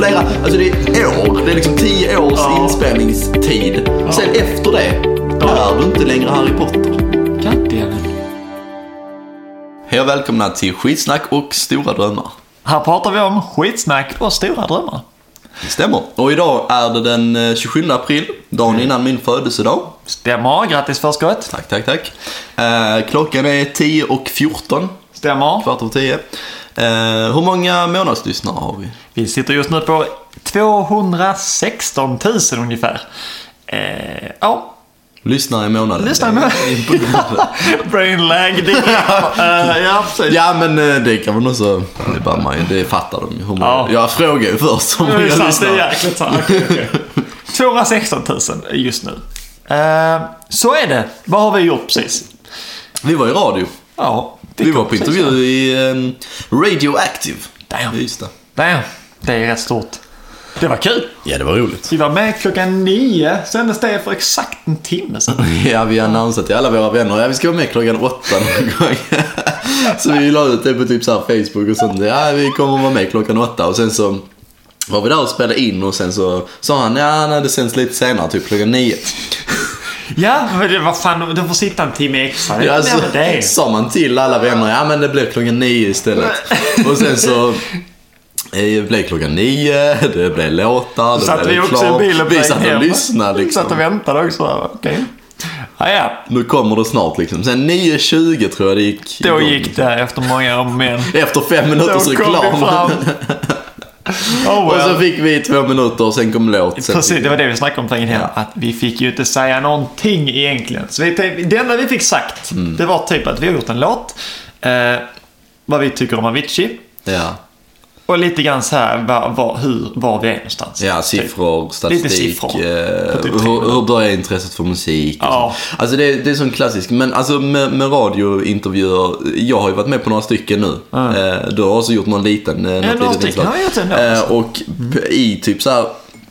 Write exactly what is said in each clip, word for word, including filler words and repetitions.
flera, alltså det är år, det är liksom tio års ja. inspelningstid. Ja. Sen efter det ja. är du inte längre Harry Potter. Goddammit. Hej och välkomna till Skitsnack och Stora Drömmar. Här pratar vi om skitsnack och stora drömmar. Stämmer. Och idag är det den tjugosjunde april, dagen innan min födelsedag. Stämmer, grattis förskott. Tack, tack, tack. Eh, klockan är tio och fjorton. Stämmer. Kvart över tio. Eh, hur många månadslyssnare har vi? Vi sitter just nu på tvåhundrasexton tusen ungefär. Eh, ja. Lyssnar i månaden. Lyssnar i månaden. Brain lag. Det uh, ja, ja, men det kan man också. Det, bara man, det fattar de ju. Hur ja. Jag frågar ju först om jag lyssnar. Det är jäkligt så. Okay, okay. tvåhundrasexton tusen just nu. Uh, så är det. Vad har vi gjort precis? Vi var i radio. Ja. Vi, vi var på intervju så. i um, Radioactive. Damn. Just det. Damn. Det är rätt stort. Det var kul. Ja, det var roligt. Vi var med klockan nio. Sändes det för exakt en timme sedan. Ja, vi har annonsat till alla våra vänner. Ja, vi ska vara med klockan åtta någon gång. Så vi la ut det på typ så här Facebook och sånt. Ja, vi kommer att vara med klockan åtta. Och sen så var vi där och spelade in. Och sen så sa han, ja, nej, det sänds lite senare, typ klockan nio. Ja, men det var fan, du får sitta en timme extra. Ja, så det. Sa man till alla vänner, ja men det blev klockan nio istället. Och sen så det blev klockan nio, det blev låtar, det satt blev vi också klart. I bilen vi satt och lyssnade liksom. Satt och väntade också, okej. Okay. Ah, ja. Nu kommer det snart liksom. Sen nio tjugo tror jag det gick. Då igång. Gick det efter många om men. Efter fem minuters reklam. Oh, well. Och så fick vi två minuter och sen kom låt. Precis, det var det vi snackade om på hem. Ja. Att vi fick ju inte säga någonting egentligen. Så vi, det enda vi fick sagt, mm. det var typ att vi har gjort en låt. Eh, vad vi tycker om Avicii. Ja. Och lite grann så här var, var, hur, var vi är någonstans. Ja, siffror, typ. statistik. Lite siffror. Eh, typ hur, hur börjar intresset för musik? Ja. Alltså det, det är sån klassisk. Men alltså med, med radiointervjuer, jag har ju varit med på några stycken nu. Mm. Eh, du har också gjort någon liten. Eh, ja, några stycken har jag gjort ändå. Eh, och mm. i typ så här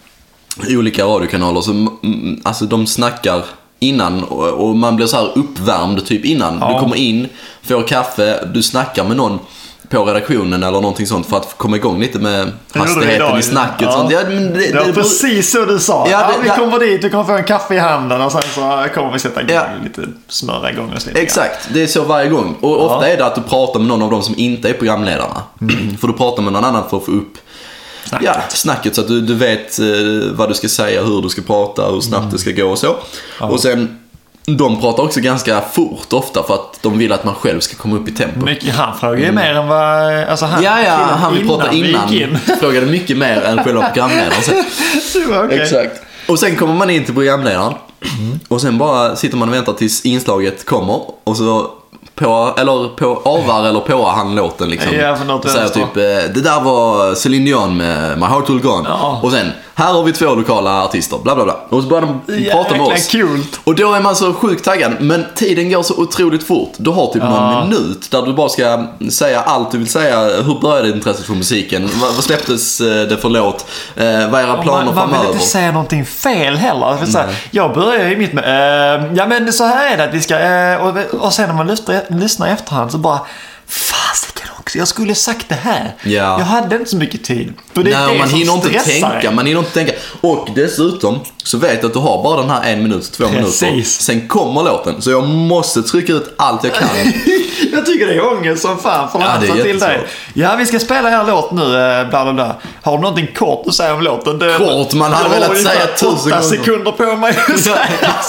olika radiokanaler så alltså de snackar innan och, och man blir så här uppvärmd typ innan. Ja. Du kommer in, får kaffe, du snackar med någon på redaktionen eller någonting sånt för att komma igång lite med hastigheten i snacket. Ja. Sånt. Ja, men det, det var det, precis så du sa. Ja, det, ja, vi kommer dit, du kommer få en kaffe i handen och sen så kommer vi sätta igång ja. lite smöra igång och lite. Exakt, det är så varje gång. Och ja. ofta är det att du pratar med någon av dem som inte är programledarna. Mm. För du pratar med någon annan för att få upp snacket, ja, snacket så att du, du vet eh, vad du ska säga, hur du ska prata, hur snabbt mm. det ska gå och så. Ja. Och sen de pratar också ganska fort ofta för att de vill att man själv ska komma upp i tempo. Mycket, han frågar ju mm. mer än vad alltså han, ja, ja, han vill prata innan. In. Frågade mycket mer än själva programledaren. Okay. Exakt. Och sen kommer man in till programledaren mm. och sen bara sitter man och väntar tills inslaget kommer och så på, eller på avar eller på han låten liksom. Ja, för något säger typ, det där var Celine Dion med My Heart Will Go On. Ja. Och sen, här har vi två lokala artister, bla bla bla. Och så börjar de ja, prata med oss. Kul. Och då är man så sjukt taggad. Men tiden går så otroligt fort. Du har typ ja. någon minut där du bara ska säga allt du vill säga. Hur började intresset för musiken? Vad, vad släpptes det för låt? Eh, vad är era planer man, framöver? Man vill inte säga någonting fel heller. Mm. Säga, jag börjar ju mitt med äh, ja men så här är det att vi ska äh, och, och sen när man lyssnar, lyssnar i efterhand så bara fasiken också, jag skulle sagt det här. Ja. Jag hade inte så mycket tid. För det är Nej, det man som hinner inte tänka, dig. man hinner inte tänka. Och dessutom så vet jag att du har bara den här en minut, två Precis. minuter. Sen kommer låten, så jag måste trycka ut allt jag kan. Jag tycker det är ångest som fan för ja, att det är till dig. Ja, vi ska spela er låt nu, bla bla bla. Har du någonting kort att säga om låten? Det, kort, man hade velat säga tusen gånger. sekunder på mig att säga.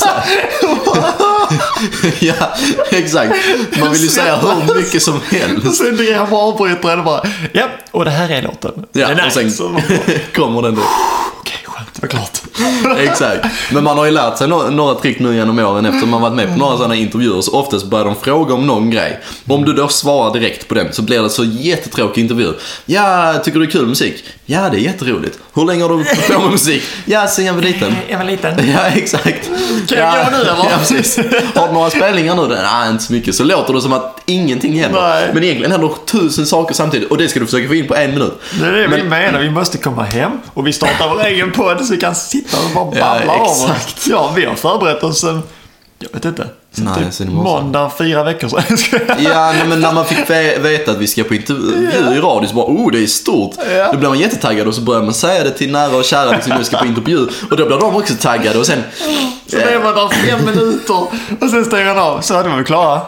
Ja, exakt. Man vill ju säga hur mycket som helst. Och sen det jag bara avbryter det bara. Ja, och det här är låten. Ja, är och sen kommer den då. Okej, skönt, det var klart. Exakt. Men man har ju lärt sig några, några trick nu genom åren efter man varit med på några sådana intervjuer. Så oftast börjar de fråga om någon grej. Om du då svarar direkt på den så blir det så jättetråkig intervju. Ja, tycker du det är kul musik? Ja, det är jätteroligt. Hur länge har du på med musik? Ja, sen jag var liten. Jag var liten. Ja, exakt. Kan jag ja, gå nu eller? Ja, precis. Har du några spelningar nu? Nej, inte så mycket. Så låter det som att ingenting händer. Nej. Men egentligen händer tusen saker samtidigt. Och det ska du försöka få in på en minut. Det är det Men... vi menar. Vi måste komma hem och vi startar vår egen podd så vi kan sitta och bara babbla ja, av oss. Ja, vi har förberett oss en, jag vet inte, Nej, typ måndag fyra veckor sedan. Ja, nej, men när man fick veta att vi ska på intervju yeah. i radio så bara, oh, det är stort. Yeah. Då blir man jättetaggad och så börjar man säga det till nära och kära liksom, vi ska på intervju. Och då blir de också taggade och sen... Så det var där fem minuter och sen stänger han av. Så hade man klara.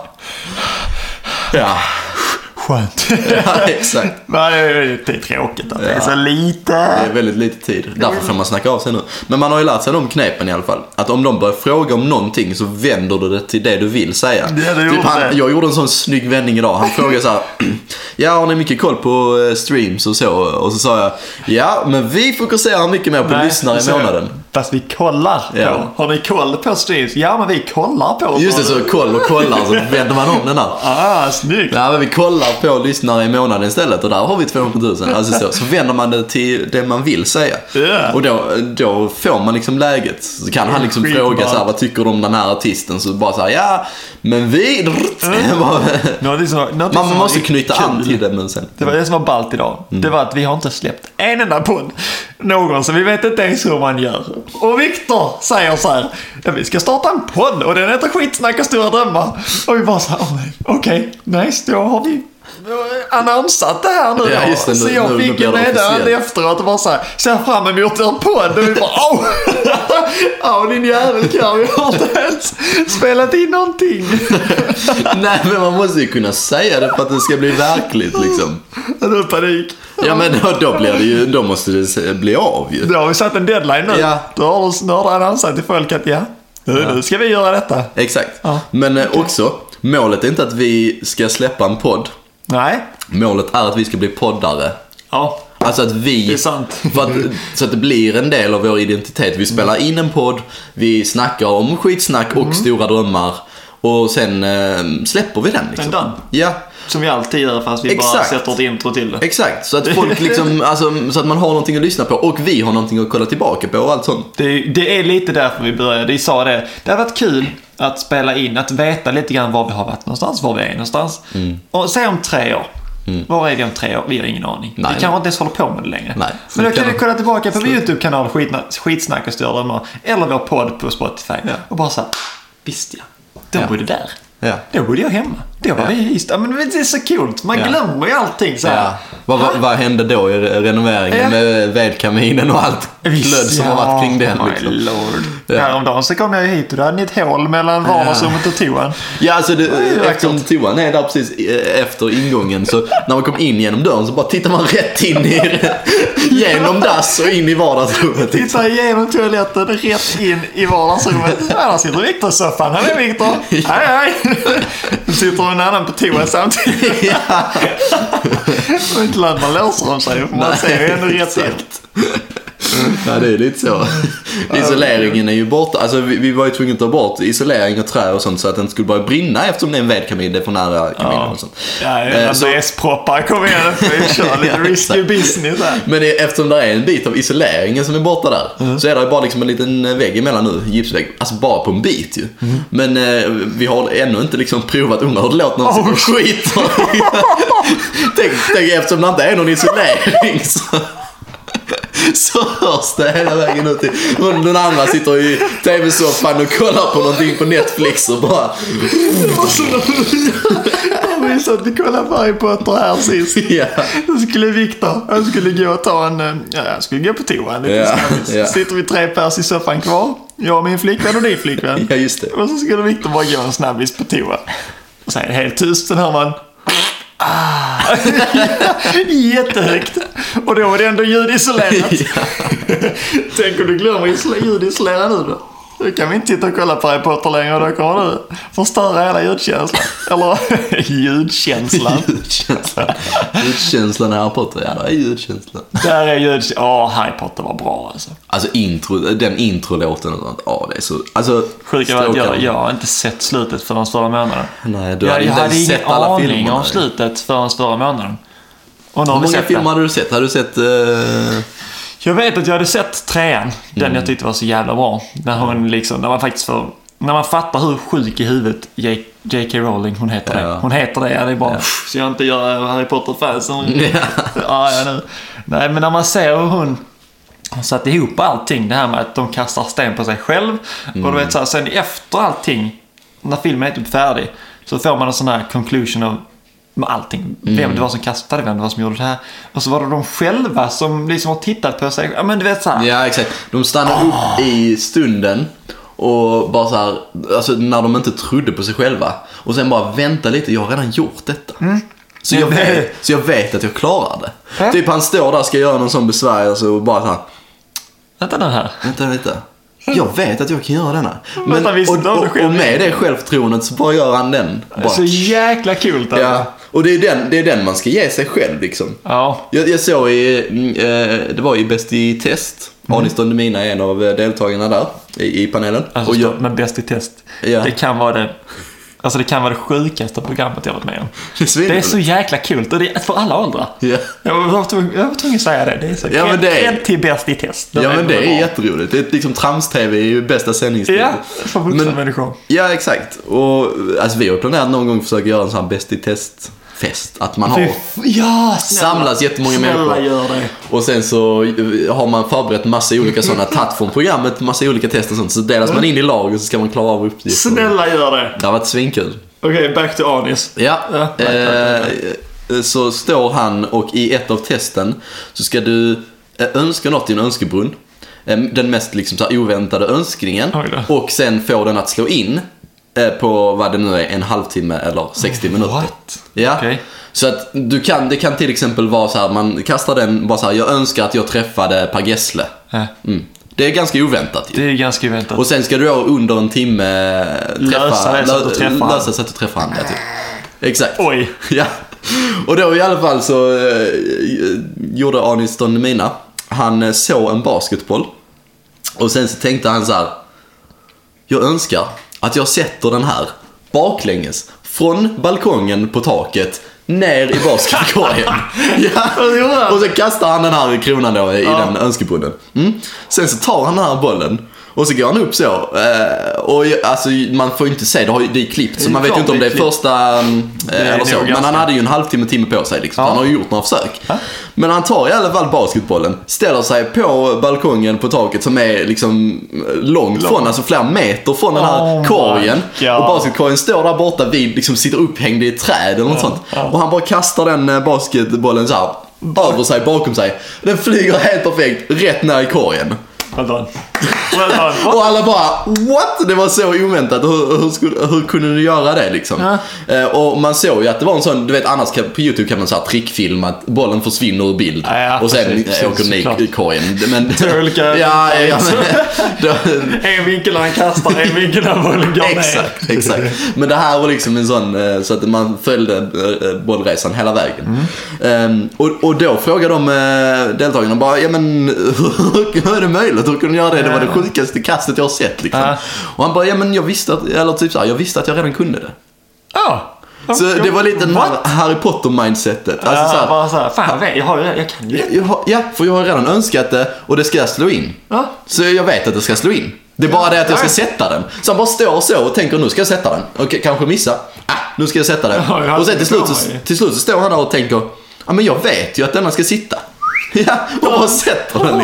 Ja. Skönt. Ja, exakt. Men det är tråkigt att ja. det är så lite. Det är väldigt lite tid. Därför får man snacka av sig nu. Men man har ju lärt sig de knepen i alla fall. Att om de börjar fråga om någonting så vänder du det till det du vill säga. Det det typ han, jag gjorde en sån snygg vändning idag. Han frågade så här: ja, har ni mycket koll på streams och så? Och så sa jag, ja, men vi fokuserar mycket mer på Nej, lyssnare i månaden. Fast vi kollar på. Ja. Har ni koll på streams? Ja, men vi kollar på. Just det, så koll och kollar så vänder man om den där. Ah, snyggt. Ja, men vi kollar på lyssnare i månaden istället och där har vi tvåhundratusen. Alltså så, så vänder man det till det man vill säga. Yeah. Och då, då får man liksom läget. Så kan han liksom Skitbra. fråga så här, vad tycker du om den här artisten? Så bara så här, ja, men vi... Mm. bara, så, man måste knyta kul. an till det, men sen... Det var det som var ballt idag. Mm. Det var att vi har inte släppt en enda podd någon, så vi vet inte ens hur man gör. Och Viktor säger så här, ja, vi ska starta en podd och den heter Skitsnack och stora drömmar. Och vi bara så här, okej, okay, nice, då har vi annonsat det här nu. Ja, just det, nu så jag nu, fick en meddelande efteråt och bara så här, ser fram emot er podd. Och vi bara, åh, åh din jävel kan vi har inte ens spelat in någonting. Nej, men man måste ju kunna säga det för att det ska bli verkligt liksom. Det är panik. Ja, men då, då blir det ju, då måste det bli av ju. Då har vi satt en deadline nu. Ja. Då har du snart annonsat till folk att ja, nu, ja. nu ska vi göra detta. Exakt. Ja. Men okay. också, målet är inte att vi ska släppa en podd. Nej. Målet är att vi ska bli poddare. Ja. Alltså att vi, det är sant. För att, så att det blir en del av vår identitet. Vi spelar in en podd, vi snackar om skitsnack och mm. stora drömmar. Och sen eh, släpper vi den liksom. Den ja. Som vi alltid gör, fast vi Exakt. bara sätter ett intro till det. Exakt, så att folk liksom, alltså, så att man har någonting att lyssna på. Och vi har någonting att kolla tillbaka på och allt sånt. Det, det är lite därför vi började. Vi sa det, det har varit kul att spela in, att veta lite grann var vi har varit någonstans, var vi är någonstans. Mm. Och se om tre år. Mm. Var är det om tre år? Vi har ingen aning. Nej. Vi kanske inte ens håller på med det längre. Nej. Men då kan vi kolla tillbaka på vår YouTube-kanal Skitsnack och stora drömmar. Eller vår podd på Spotify. Ja. Och bara så här, visst ja. Då ja. bodde där. Ja. Då bodde jag hemma. Då var ja. vi just, ja, men det är så kul. Man ja. glömmer ju allting så här. Ja. Vad, vad, vad hände då i renoveringen ja. med vedkaminen och allt glöd som ja. har varit kring den? Liksom. My lord. Ja. Häromdagen så kom jag hit och då hade ni ett hål mellan vardagsrummet och toan. Ja, alltså det, eftersom toan är där precis efter ingången, så när man kom in genom dörren så bara tittar man rätt in i genom dass och in i vardagsrummet. Titta igenom toaletten rätt in i vardagsrummet. Ja, där sitter Viktor i soffan. Här är Viktor. Hej, hej. Nu sitter en annan på toan samtidigt. Ja. Och inte lär man låser om sig. Man Nej, ser ju ändå rätt in. Ja, det är lite så. Isoleringen är ju borta. Alltså vi, vi var ju tvungna att ta bort isolering och trä och sånt så att den skulle börja brinna eftersom det är en vedkamin, det är för nära kaminen ja. och sånt. Ja, eh, så S-proppar kommer igen för att köra lite risky business här. Men eftersom det är en bit av isoleringen som är borta där mm. så är det ju bara liksom en liten vägg emellan nu, gipsvägg. Alltså bara på en bit ju. Mm. Men eh, vi har ännu inte liksom provat unga hur det låter någon som oh. skit. tänk, tänk eftersom det inte är någon isolering så... så hörs det hela vägen ut till. Den andra sitter i tv-soffan och kollar på någonting på Netflix och bara... Vi satt och kollade på Harry Potter här sist. Ja. Då skulle Viktor, han skulle gå och ta en... Ja, jag skulle gå på toan. Ja. Ja. Sitter vi tre pers i soffan kvar. Jag och min flickvän och din flickvän. Ja, just det. Och så skulle Viktor bara gå en snabbis på toa. Och så är det helt tyst, sen hör man... Ah. Jättehögt. Och då var det ändå ljudisolerat. Ja. Tänk om du glömmer ljudisolera nu då. Då kan vi inte titta och kolla på Harry Potter längre. Då kommer du förstöra hela ljudkänslan. Eller ljudkänslan. Ljudkänslan. Ljudkänslan i Harry Potter. Ja, det är ljudkänslan. Där är ljudkänslan. Åh, Harry Potter var bra alltså. Alltså intro, den introlåten och sånt. Ja, det är så... Alltså, sjuka var att jag, jag har inte sett slutet förrän förra månaden. Nej, du jag, hade jag inte hade sett ingen alla aning filmerna. om slutet förrän förra månaden. Och hur många filmer hade du sett? Har du sett... Uh... Jag vet att jag hade sett trean. Den mm. jag tyckte var så jävla bra. När hon liksom, när man faktiskt får, när man fattar hur sjuk i huvudet J K Rowling, hon heter ja. det. Hon heter det, ja, det är bara, ja. så jag inte gör Harry Potter-fans. Ja. ja, ja, nu. Nej, men när man ser hur hon har satt ihop allting, det här med att de kastar sten på sig själv. Mm. Och du vet så här, sen efter allting när filmen är typ färdig så får man en sån här conclusion av med allting. Mm. Vem det var som kastade, vem det var som gjorde det här. Och så var det de själva som liksom har tittat på sig. Ja, men du vet så här. Ja, exakt. De stannar oh. upp i stunden och bara så här, alltså när de inte trodde på sig själva. Och sen bara vänta lite, jag har redan gjort detta. Mm. Så, jag vet, så jag vet att jag klarar det. Äh? Typ han står där, ska göra någon sån besvärjelse och bara så här. Vänta den här. Vänta lite. Jag vet att jag kan göra denna. Men, och, och, och med det självförtroendet så bara gör han den. Bara. Så jäkla kul. Ja. Och det är, den, det är den man ska ge sig själv liksom. Ja. Jag, jag såg i, eh, det var i Bäst i test. Mm. Anis Don Demina är en av deltagarna där i, i panelen. Alltså, och jag, men Bäst i test, ja. det kan vara det. Alltså det kan vara det sjukaste programmet jag varit med om. Det är, det är så jäkla kul och det är för alla åldrar. Ja. Jag var tvungen att säga det. Det är så ja, men det är till Bäst i test. De ja men det är bra. Jätteroligt. Det är liksom trams-tv i bästa sändningstid. Ja, för vuxna människor. Ja, exakt. Och alltså vi har planerat någon gång försöka göra en sån här Bäst i test fest. Att man har ja, samlas jättemånga människor. Gör det. Och sen så har man förberett massa olika sådana tatt från programmet, massa olika tester och sånt. Så delas mm. man in i lag och så ska man klara av uppgifter. Snälla gör det. Det har varit svinkul. Okej, okay, back to Anis. Ja, ja back, back, back, back. Så står han och i ett av testen så ska du önska något i en önskebrunn. Den mest liksom så här oväntade önskningen. Och sen få den att slå in på vad det nu är, en halvtimme eller sextio minuter. What? Ja. Okay. Så att du kan, det kan till exempel vara så här, man kastar den bara så här, jag önskar att jag träffade Per Gessle. Äh. Mm. Det är ganska oväntat. Det är ganska oväntat. Och sen ska du då under en timme träffa, lösa så att du träffar lösa så att du träffar han. Ja, typ. Exakt. Oj. Ja. Och då i alla fall så eh, gjorde Anis Don Demina. Han eh, såg en basketboll. Och sen så tänkte han så här, jag önskar att jag sätter den här baklänges från balkongen på taket ner i basketkorgen. Ja. Och så kastar han den här kronan då i ja. den önskebunden. Mm. Sen så tar han den här bollen och så går han upp så. Eh, och alltså, man får ju inte se, det, har, det är klippt så man vet ju inte om det är första eh, eller så. Men han hade ju en halvtimme timme på sig liksom. Ja. Han har ju gjort några försök. Ha? Men han tar i alla fall basketbollen, ställer sig på balkongen på taket som är liksom långt Lång. från, alltså flera meter från den här oh korgen. Och basketkorgen står där borta vid, liksom sitter upphängd i ett träd eller något ja. sånt. Ja. Och han bara kastar den basketbollen så här över sig, bakom sig. Den flyger helt perfekt rätt ner i korgen. Well done. Well done. Och alla bara, what? Det var så oväntat. Hur, hur, skulle, hur kunde du göra det liksom? Ja. Eh, och man såg ju att det var en sån, du vet annars kan, på YouTube kan man så här trickfilma att bollen försvinner ur bild. Ja, ja, och sen precis, åker den i korgen. Men, Tulka. ja, ja, men, en vinkel han kastar, en vinkel när bollen går exakt, ner. Exakt. Men det här var liksom en sån, så att man följde bollresan hela vägen. Mm. Eh, och, och då frågade de eh, deltagarna bara, ja men hur är det möjligt? Hur kunde du göra det? Det var det sjukaste kastet jag har sett liksom. Uh. Och han bara, ja men jag visste att, eller typ så här, jag visste att jag redan kunde det. Ja. Oh. Så det var lite den här Harry Potter-mindsetet. Alltså uh, så här, bara så här, fan jag vet, jag, har, jag kan ju det. Jag har, ja, för jag har redan önskat det och det ska jag slå in. Uh. Så jag vet att det ska slå in. Det är bara det att jag ska sätta den. Så han bara står så och tänker, nu ska jag sätta den. Och kanske missa. Ah, nu ska jag sätta den. Uh, och sen till slut, så, till slut så står han där och tänker, ja men jag vet ju att denna ska sitta. Ja, och bara sätter den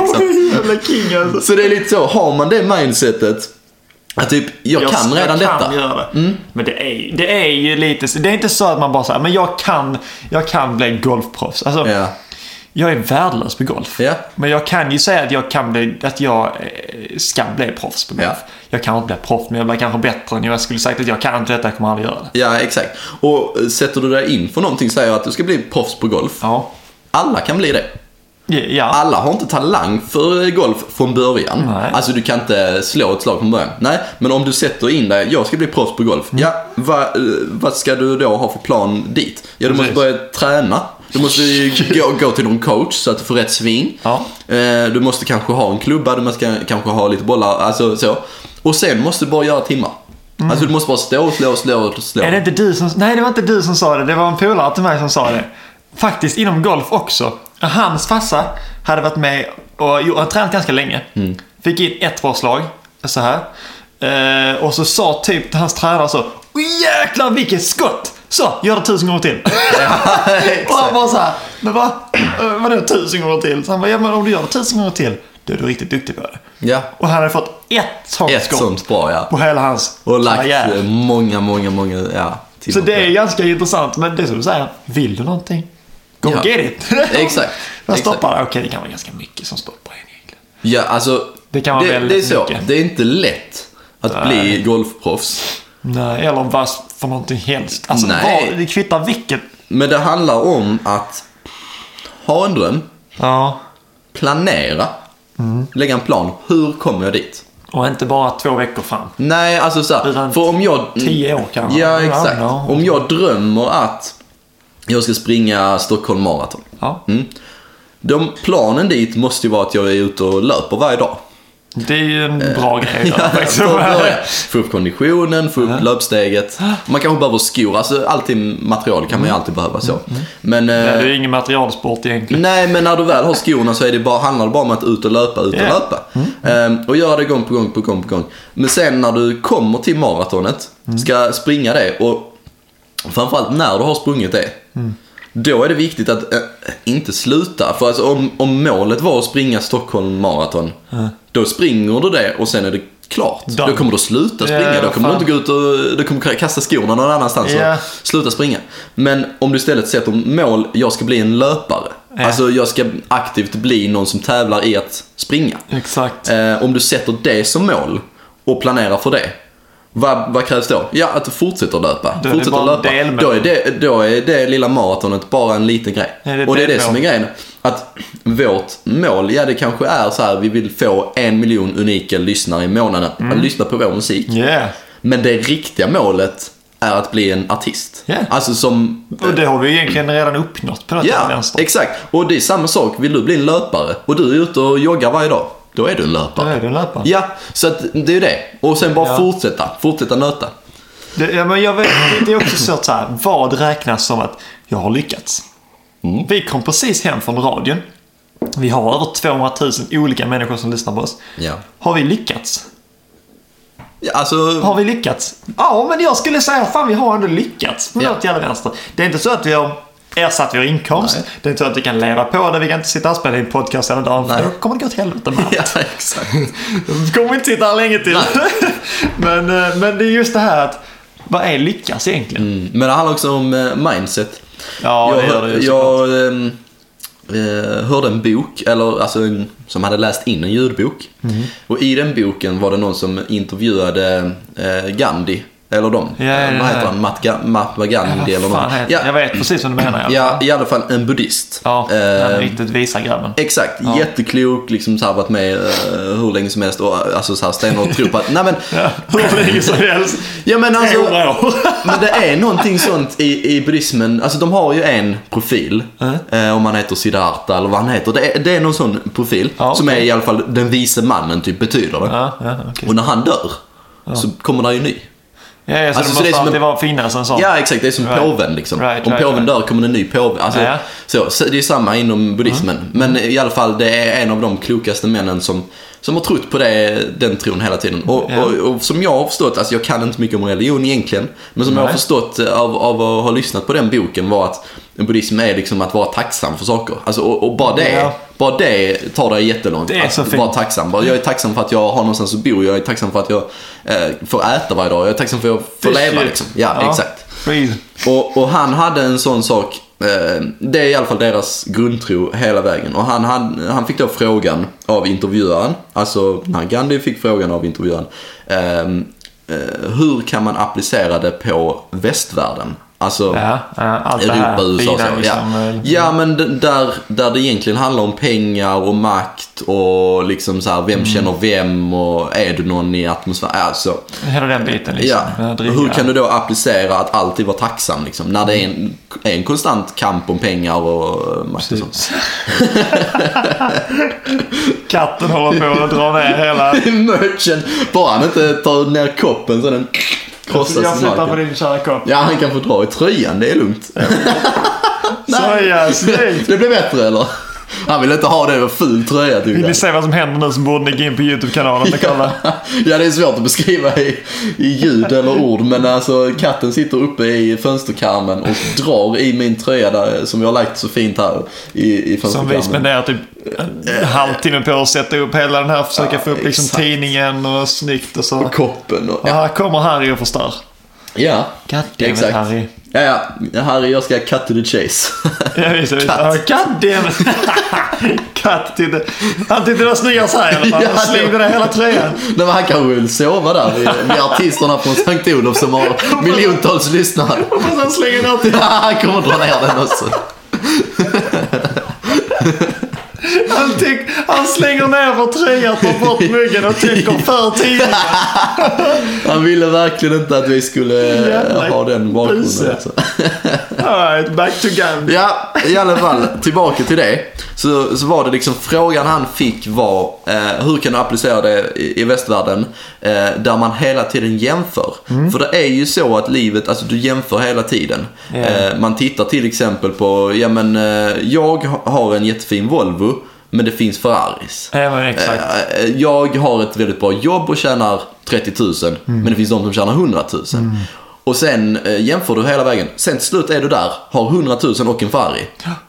liksom. Så det är lite så, har man det mindsetet att typ, jag, jag kan redan jag kan detta göra det. Mm. Men det är, det är ju lite, det är inte så att man bara säger, men jag kan jag kan bli golfproffs. Alltså, ja. Jag är värdelös på golf. Ja. Men jag kan ju säga att jag kan bli, att jag ska bli proffs på golf. Ja. Jag kan inte bli proffs, men jag blir kanske bättre än jag skulle sagt att jag kan inte detta, jag kommer aldrig göra det. Ja, exakt. Och sätter du dig in för någonting, säger att du ska bli proffs på golf. Ja. Alla kan bli det. Ja. Alla har inte talang för golf från början. Nej. Alltså du kan inte slå ett slag från början. Nej, men om du sätter in dig, jag ska bli proffs på golf. Mm. Ja, vad, vad ska du då ha för plan dit? Ja, du måste börja träna. Du måste gå, gå till någon coach så att du får rätt sving. Ja. Du måste kanske ha en klubba, du måste kanske ha lite bollar, alltså så. Och sen måste du bara göra timmar. Mm. Alltså du måste bara stå och slå och slå och slå. Är det inte du som, nej det var inte du som sa det, det var en polare till mig som sa det. Faktiskt inom golf också. Hans farsa hade varit med och jo, han tränat ganska länge. Mm. Fick in ett bra slag så här. Eh, och så sa typ hans tränare så, jäklar vilket skott! Så, gör det tusen gånger till. Och han bara så här, men vad? Vadå tusen gånger till? Så han bara, ja men om du gör det tusen gånger till, då är du riktigt duktig på det. Ja. Och han hade fått ett sånt Ett skott sånt bra, ja. på hela hans Och lagt karriär. många, många, många, ja. Så det är ganska intressant, men det är som du säger, vill du någonting? Go Ja. get it! Exakt. Vad Exakt. stoppar det? Okej, det kan vara ganska mycket som stoppar en egentligen. Ja, alltså. Det kan vara det, väldigt det är så. mycket. Det är inte lätt att Nej. bli golfproffs. Nej, eller vad för någonting helst. Alltså, Nej. vad, det kvittar vilket. Men det handlar om att ha en dröm, Ja. planera, Mm. lägga en plan. Hur kommer jag dit? Och inte bara två veckor fram. Nej, alltså så här, Utan för om jag... Tio år kanske. Ja, exakt. Ja, ja. Om jag drömmer att jag ska springa Stockholm Marathon. Ja. Mm. De, planen dit måste ju vara att jag är ute och löper varje dag. Det är ju en bra grej. Ja, Ja, för att börja. Få upp konditionen, få upp Ja. löpsteget. Man kanske behöver skor, alltså alltid material kan man ju alltid behöva så. Men, Det eh, är ju ingen materialsport egentligen. nej, men när du väl har skorna så är det bara, handlar det bara om att ut och löpa, ut och Ja. löpa. Ehm, och göra det gång på gång på gång på gång. Men sen när du kommer till maratonet, ska springa det och framförallt när du har sprungit det, då är det viktigt att äh, inte sluta. För alltså, om, om målet var att springa Stockholm Marathon, då springer du det och sen är det klart. Done. Då kommer du sluta springa. Ja, då kommer fan. du inte gå ut och du kommer kasta skorna någon annanstans Ja. och sluta springa. Men om du istället sätter mål, jag ska bli en löpare. Ja. Alltså jag ska aktivt bli någon som tävlar i att springa. Exakt. Eh, om du sätter det som mål och planerar för det, vad, vad krävs då? Ja, att du fortsätter löpa. Då är det fortsätter bara löpa. delmål. Då är, det, då är det lilla maratonet bara en liten grej. Ja, det är och det är det delmål. som är grejen. Att vårt mål, ja det kanske är så här, vi vill få en miljon unika lyssnare i månaden Mm. att lyssna på vår musik. Yeah. Men det riktiga målet är att bli en artist. Ja. Alltså som... Och det har vi egentligen redan uppnått på något Ja, vänster. exakt. Och det är samma sak. Vill du bli en löpare och du är ute och joggar varje dag, då är du en Då löpare. är du en löpare. Ja, så att det är ju det. Och sen bara Ja. fortsätta. Fortsätta nöta. Det, ja, men jag vet, det är också så att så här, vad räknas som att jag har lyckats? Mm. Vi kom precis hem från radion. Vi har över tvåhundratusen olika människor som lyssnar på oss. Ja. Har vi lyckats? Ja, alltså... Har vi lyckats? Ja, men jag skulle säga fan vi har ändå lyckats på Ja. något jävla vänster. Det är inte så att vi har ersatt vår inkomst. Nej. Det är inte så att vi kan leva på det. Vi kan inte sitta och spela in podcast hela dagen. För Nej. då kommer det gå till helvete med allt. Ja, exakt. Vi kommer inte sitta här länge till. men, eh, men det är just det här att vad är lyckas egentligen? Mm. Men det handlar också om eh, mindset. Ja, jag det gör det ju jag ehm, eh, hörde en bok, eller alltså en, som hade läst in en ljudbok. Mm. Och i den boken var det någon som intervjuade eh, Gandhi. Eller dem. Ja, ja, Eh, Vad heter ja. han? Mahatma Mahatma Gandhi eller Vad fan någon. heter- Ja, Jag vet precis vad du menar. i alla fall. ja, i alla fall en buddhist. Ja, den är Eh, riktigt visa grabben. Exakt, Ja. jätteklok, liksom så här varit med uh, hur länge som helst och alltså så här stenhårt tror på att, nej men, Ja, hur länge som helst. ja men alltså, Hundra år. men det är någonting sånt i, i buddhismen, alltså de har ju en profil, Mm. eh, om man heter Siddhartha eller vad han heter, det är, det är någon sån profil, Ja, som okej. är i alla fall den vise mannen typ betyder det. Ja, ja, okej. Och när han dör, så kommer det ju ny. Ja, ja, så Alltså, det så det är måste som en- alltid vara finnas en sån. Ja, exakt. Det är som Right. påven liksom. Right, Om right, påven right. dör kommer en ny påve. Alltså, Ja. så, så det är samma inom buddhismen. Mm. Men i alla fall, det är en av de klokaste männen som, som har trott på det, den tron hela tiden. Och, Ja. och, och som jag har förstått, alltså jag kan inte mycket om religion egentligen, men som jag har Nej. förstått av, av att ha lyssnat på den boken var att buddhism är liksom att vara tacksam för saker. Alltså, och, och bara det, Ja. bara det tar det jättelångt. Det är att så fint. vara tacksam. Bara, jag är tacksam för att jag har någonstans att bo. Jag är tacksam för att jag eh, får äta varje dag. Jag är tacksam för att jag får Det är leva shit. liksom. Ja, Ja. exakt. Breathe. Och, och han hade en sån sak, eh, det är i alla fall deras grundtro hela vägen. Och han, han, han fick då frågan av intervjuaren, alltså när Gandhi fick frågan av intervjuaren, eh, eh, hur kan man applicera det på västvärlden? Alltså Ja, ja, allt det här Europa, U S A och så. fina, liksom, Ja. eh, ja, men d- där, där det egentligen handlar om pengar och makt och liksom så här, vem känner vem och är du någon i atmosfären? Alltså, Hela den biten liksom. ja. Ja, dryga. Hur kan du då applicera att alltid vara tacksam liksom, när det är en, är en konstant kamp om pengar och makt och sånt? Precis. Katten håller på att dra ner hela... Merchen, bara han inte tar ner koppen så den krossas Jag i flyttar på marken. din kära kopp. Ja, han kan få dra i tröjan, det är lugnt. Så ja, snyggt. Det blir bättre eller? Han vill inte ha det med full tröja. Vill ni se vad som händer nu så borde ni gå in på YouTube-kanalen och kolla. Ja, det är svårt att beskriva i, i ljud eller ord. Men alltså katten sitter uppe i fönsterkarmen och drar i min tröja där, som jag har lagt så fint här i, i fönsterkarmen. Som vi spenderar typ en halvtimme på att sätta upp hela den här. Försöka ja, få upp liksom tidningen och snyggt och så. Och koppen. Och, ja, här kommer Harry och förstör. Ja, exakt. Harry. Ja, ja, Harry, jag ska cut to the chase. Ja, visst, visst. Ja, goddammit. Cut till det. Han tyckte det var snyggast här i alla fall. Han slängde det hela tröjan. Nej, men han kanske vill sova där med artisterna från Sankt Olof som har miljontals lyssnare. Och han slänger ner till. Ja, han kommer dra ner den också. Han, tyck, han slänger ner för tröjan, tar bort muggen och tycker för tidningen. Han ville verkligen inte att vi skulle Jävla ha den bakgrunden. Alltså. Alright, back to game. Ja, i alla fall, tillbaka till det. Så, så var det liksom, frågan han fick var eh, hur kan du applicera det i, i västvärlden eh, där man hela tiden jämför. Mm. För det är ju så att livet, alltså du jämför hela tiden. Yeah. Eh, man tittar till exempel på, ja men eh, jag har en jättefin Volvo, men det finns Ferraris. Ja, men exakt. Eh, jag har ett väldigt bra jobb och tjänar trettio tusen, mm. men det finns de som tjänar hundra tusen. Mm. Och sen eh, jämför du hela vägen. Sen till slut är du där, har hundra tusen och en Ferrari.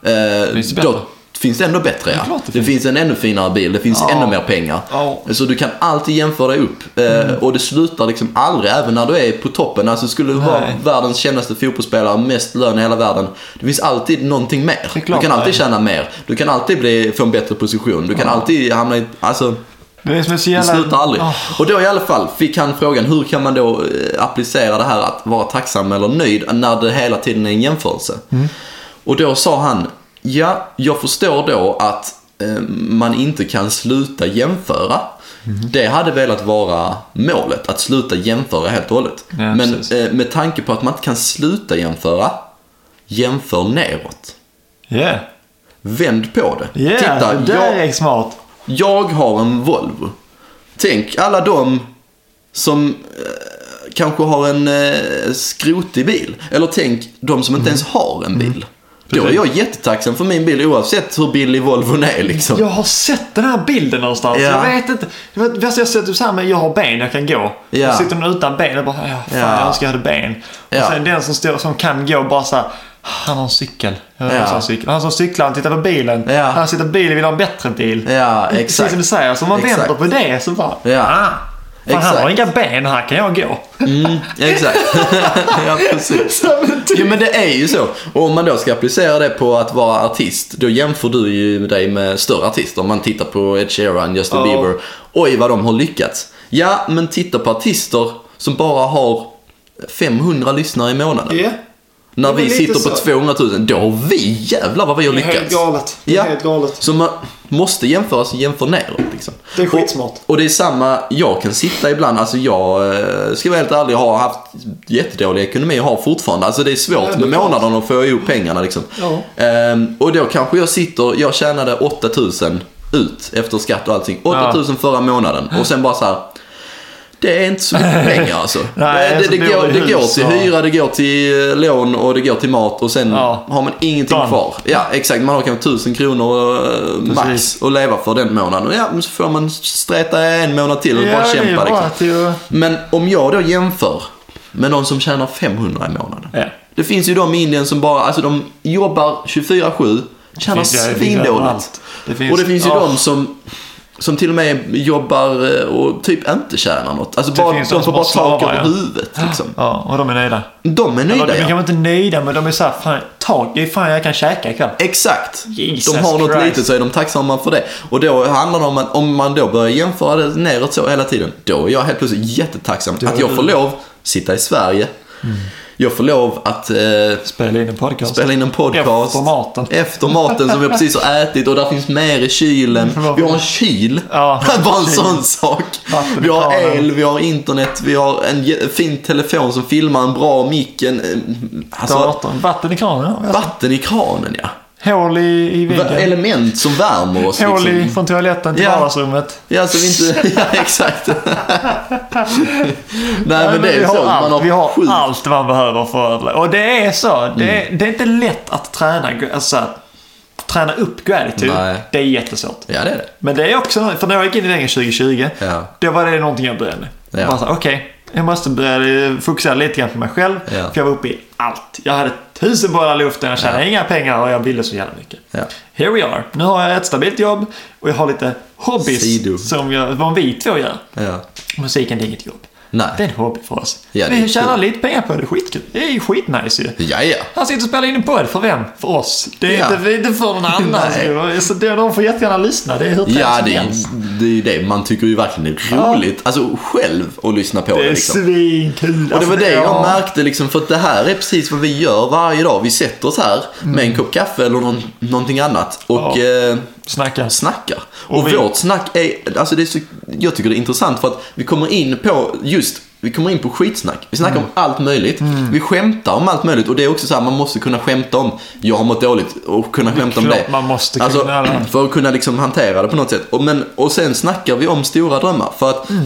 Eh, då finns det ändå bättre, ja. Det, det finns. finns en ännu finare bil, det finns oh. ännu mer pengar. Oh. Så du kan alltid jämföra dig upp. Eh, mm. Och det slutar liksom aldrig, även när du är på toppen. Alltså skulle du Nej. vara världens kändaste fotbollsspelare, mest lön i hela världen. Det finns alltid någonting mer. Du kan alltid tjäna mer. Du kan alltid bli, få en bättre position. Du kan oh. alltid hamna i, alltså... Det, är som är jävla... det slutar aldrig. Oh. Och då i alla fall fick han frågan, hur kan man då applicera det här att vara tacksam eller nöjd när det hela tiden är en jämförelse. Mm. Och då sa han, ja, jag förstår då att eh, man inte kan sluta jämföra. Mm. Det hade velat vara målet, att sluta jämföra helt och hållet. Ja, men eh, med tanke på att man inte kan sluta jämföra, jämför neråt. Yeah. Vänd på det. Yeah, Titta, det jag... är smart. Jag har en Volvo. Tänk alla de som eh, kanske har en eh, skrotig bil. Eller tänk de som inte mm. ens har en bil. Mm. Då är jag jättetacksam för min bil oavsett hur billig Volvon är liksom. Jag har sett den här bilden någonstans. Ja. Jag vet inte. Jag vet, jag har sett typ så här, men jag har ben, jag kan gå. Ja. Jag sitter någon utan ben och bara, ja, fan, ja. jag önskar jag hade ben. Och ja. sen den som, står, som kan gå bara så här, han har en cykel. Jag ja. en cykel. Han som cyklar, han tittar på bilen. Ja. Han sitter på bilen, vill ha en bättre bil. Ja, exakt. Precis som du säger. Så man exakt. väntar på det så bara, ja. ah. Fan, han har inga ben, här kan jag gå. Mm, exakt. Ja, precis. Ja, men det är ju så. Och om man då ska applicera det på att vara artist, då jämför du ju dig med större artister. Om man tittar på Ed Sheeran, Justin oh. Bieber. Oj, vad de har lyckats. Ja, men titta på artister som bara har femhundra lyssnare i månaden. Yeah. När vi sitter på så. tvåhundratusen, då har vi jävlar vad vi har lyckats. Det är helt galet. Det är ja. helt galet. Så man måste jämföra sig, jämför neråt liksom. Det är skitsmart. Och, och det är samma, jag kan sitta ibland, alltså jag ska vara helt ärlig, har haft jättedålig ekonomi och har fortfarande, alltså det är svårt ja, det är med månaden att få ihop pengarna liksom. Ja. Ehm, och då kanske jag sitter, jag tjänade åtta tusen ut efter skatt och allting, åtta tusen ja. förra månaden och sen bara så här. Det är inte så mycket pengar alltså. Nej, det, det, det, går, det går till hyra, det går till lån och det går till mat och sen ja. har man ingenting Done. kvar. Ja, exakt. Man har kanske tusen kronor uh, max att leva för den månaden. Och ja, så får man sträta en månad till och ja, bara kämpa. Liksom. Till... Men om jag då jämför med någon som tjänar femhundra i månaden. Ja. Det finns ju de i Indien som bara, alltså de jobbar tjugofyra sju, tjänar svindåligt. Och det finns ju oh. de som... som till och med jobbar och typ inte tjänar något. Alltså bara, de får bara tak över ja. huvudet. Liksom. Ja, och de är nöjda. De är nöjda, Eller, de är ja. kanske inte nöjda, men de är så här, fan, tak, det är fan jag kan käka ikväll. Exakt. Jesus de har något Christ. litet så är de tacksamma för det. Och då handlar det om att om man då börjar jämföra det neråt så hela tiden, då är jag helt plötsligt jättetacksam att jag får lov sitta i Sverige. Mm. Jag får lov att eh, spela in en podcast. Spela in en podcast efter maten. Efter maten som vi precis har ätit och där finns mer i kylen. Vi har en kyl. Ja, bara en sån sak. Vi har el, vi har internet, vi har en fin telefon som filmar en bra mick. Alltså, vatten i kranen. Ja. Vatten i kranen, ja. Hål i, i väggen. Element som värmer oss. Hål i, liksom. Från toaletten till ja. vardagsrummet. Ja, så vi inte... Ja, exakt. Nej, men, men det är så. Allt, man har vi har skit. allt man behöver för... Och det är så. Det är, mm. det är inte lätt att träna. Alltså, träna upp gratitude, Nej. det är jättesvårt. Ja, det är det. Men det är också, för när jag gick in i vägen tjugo tjugo, Ja. då var det någonting jag började med. Ja. Bara så, okej, okay, jag måste börja fokusera lite grann på mig själv. Ja. För jag var uppe i allt. Jag hade tusen bollar i luften, jag tjänade Ja. inga pengar och jag ville så jävla mycket. Ja. Here we are. Nu har jag ett stabilt jobb och jag har lite hobbies Sido. som, jag, som vi två gör. Ja. Musiken är inget jobb. Nej. Det är en hobby för oss. Ja, det är vi tjänar kul. lite pengar på det, skitkul. Det är ju skitnice ju. Ja, ja. Han sitter och spelar in en podd, för vem? För oss. Det är Ja. inte, inte för någon annan. Nej. Så det, de får jättegärna lyssna. Det är hur Ja, som det är, helst. det är ju det. Man tycker ju verkligen det är roligt. Alltså själv att lyssna på det, Det är liksom. svinkul. Och det var det jag ja. märkte liksom, för att det här är precis vad vi gör varje dag. Vi sätter oss här med en kopp kaffe eller någon, någonting annat och Ja. eh, Snacka. snackar. Och, Och vi- vårt snack är, alltså det är så, jag tycker det är intressant för att vi kommer in på just Vi kommer in på skitsnack. Vi snackar Mm. om allt möjligt. Mm. Vi skämtar om allt möjligt. Och det är också så här, man måste kunna skämta om jag har mått dåligt och kunna skämta om Klart det. man måste kunna alltså, det. för att kunna liksom hantera det på något sätt. Och, men, och sen snackar vi om stora drömmar. För att mm.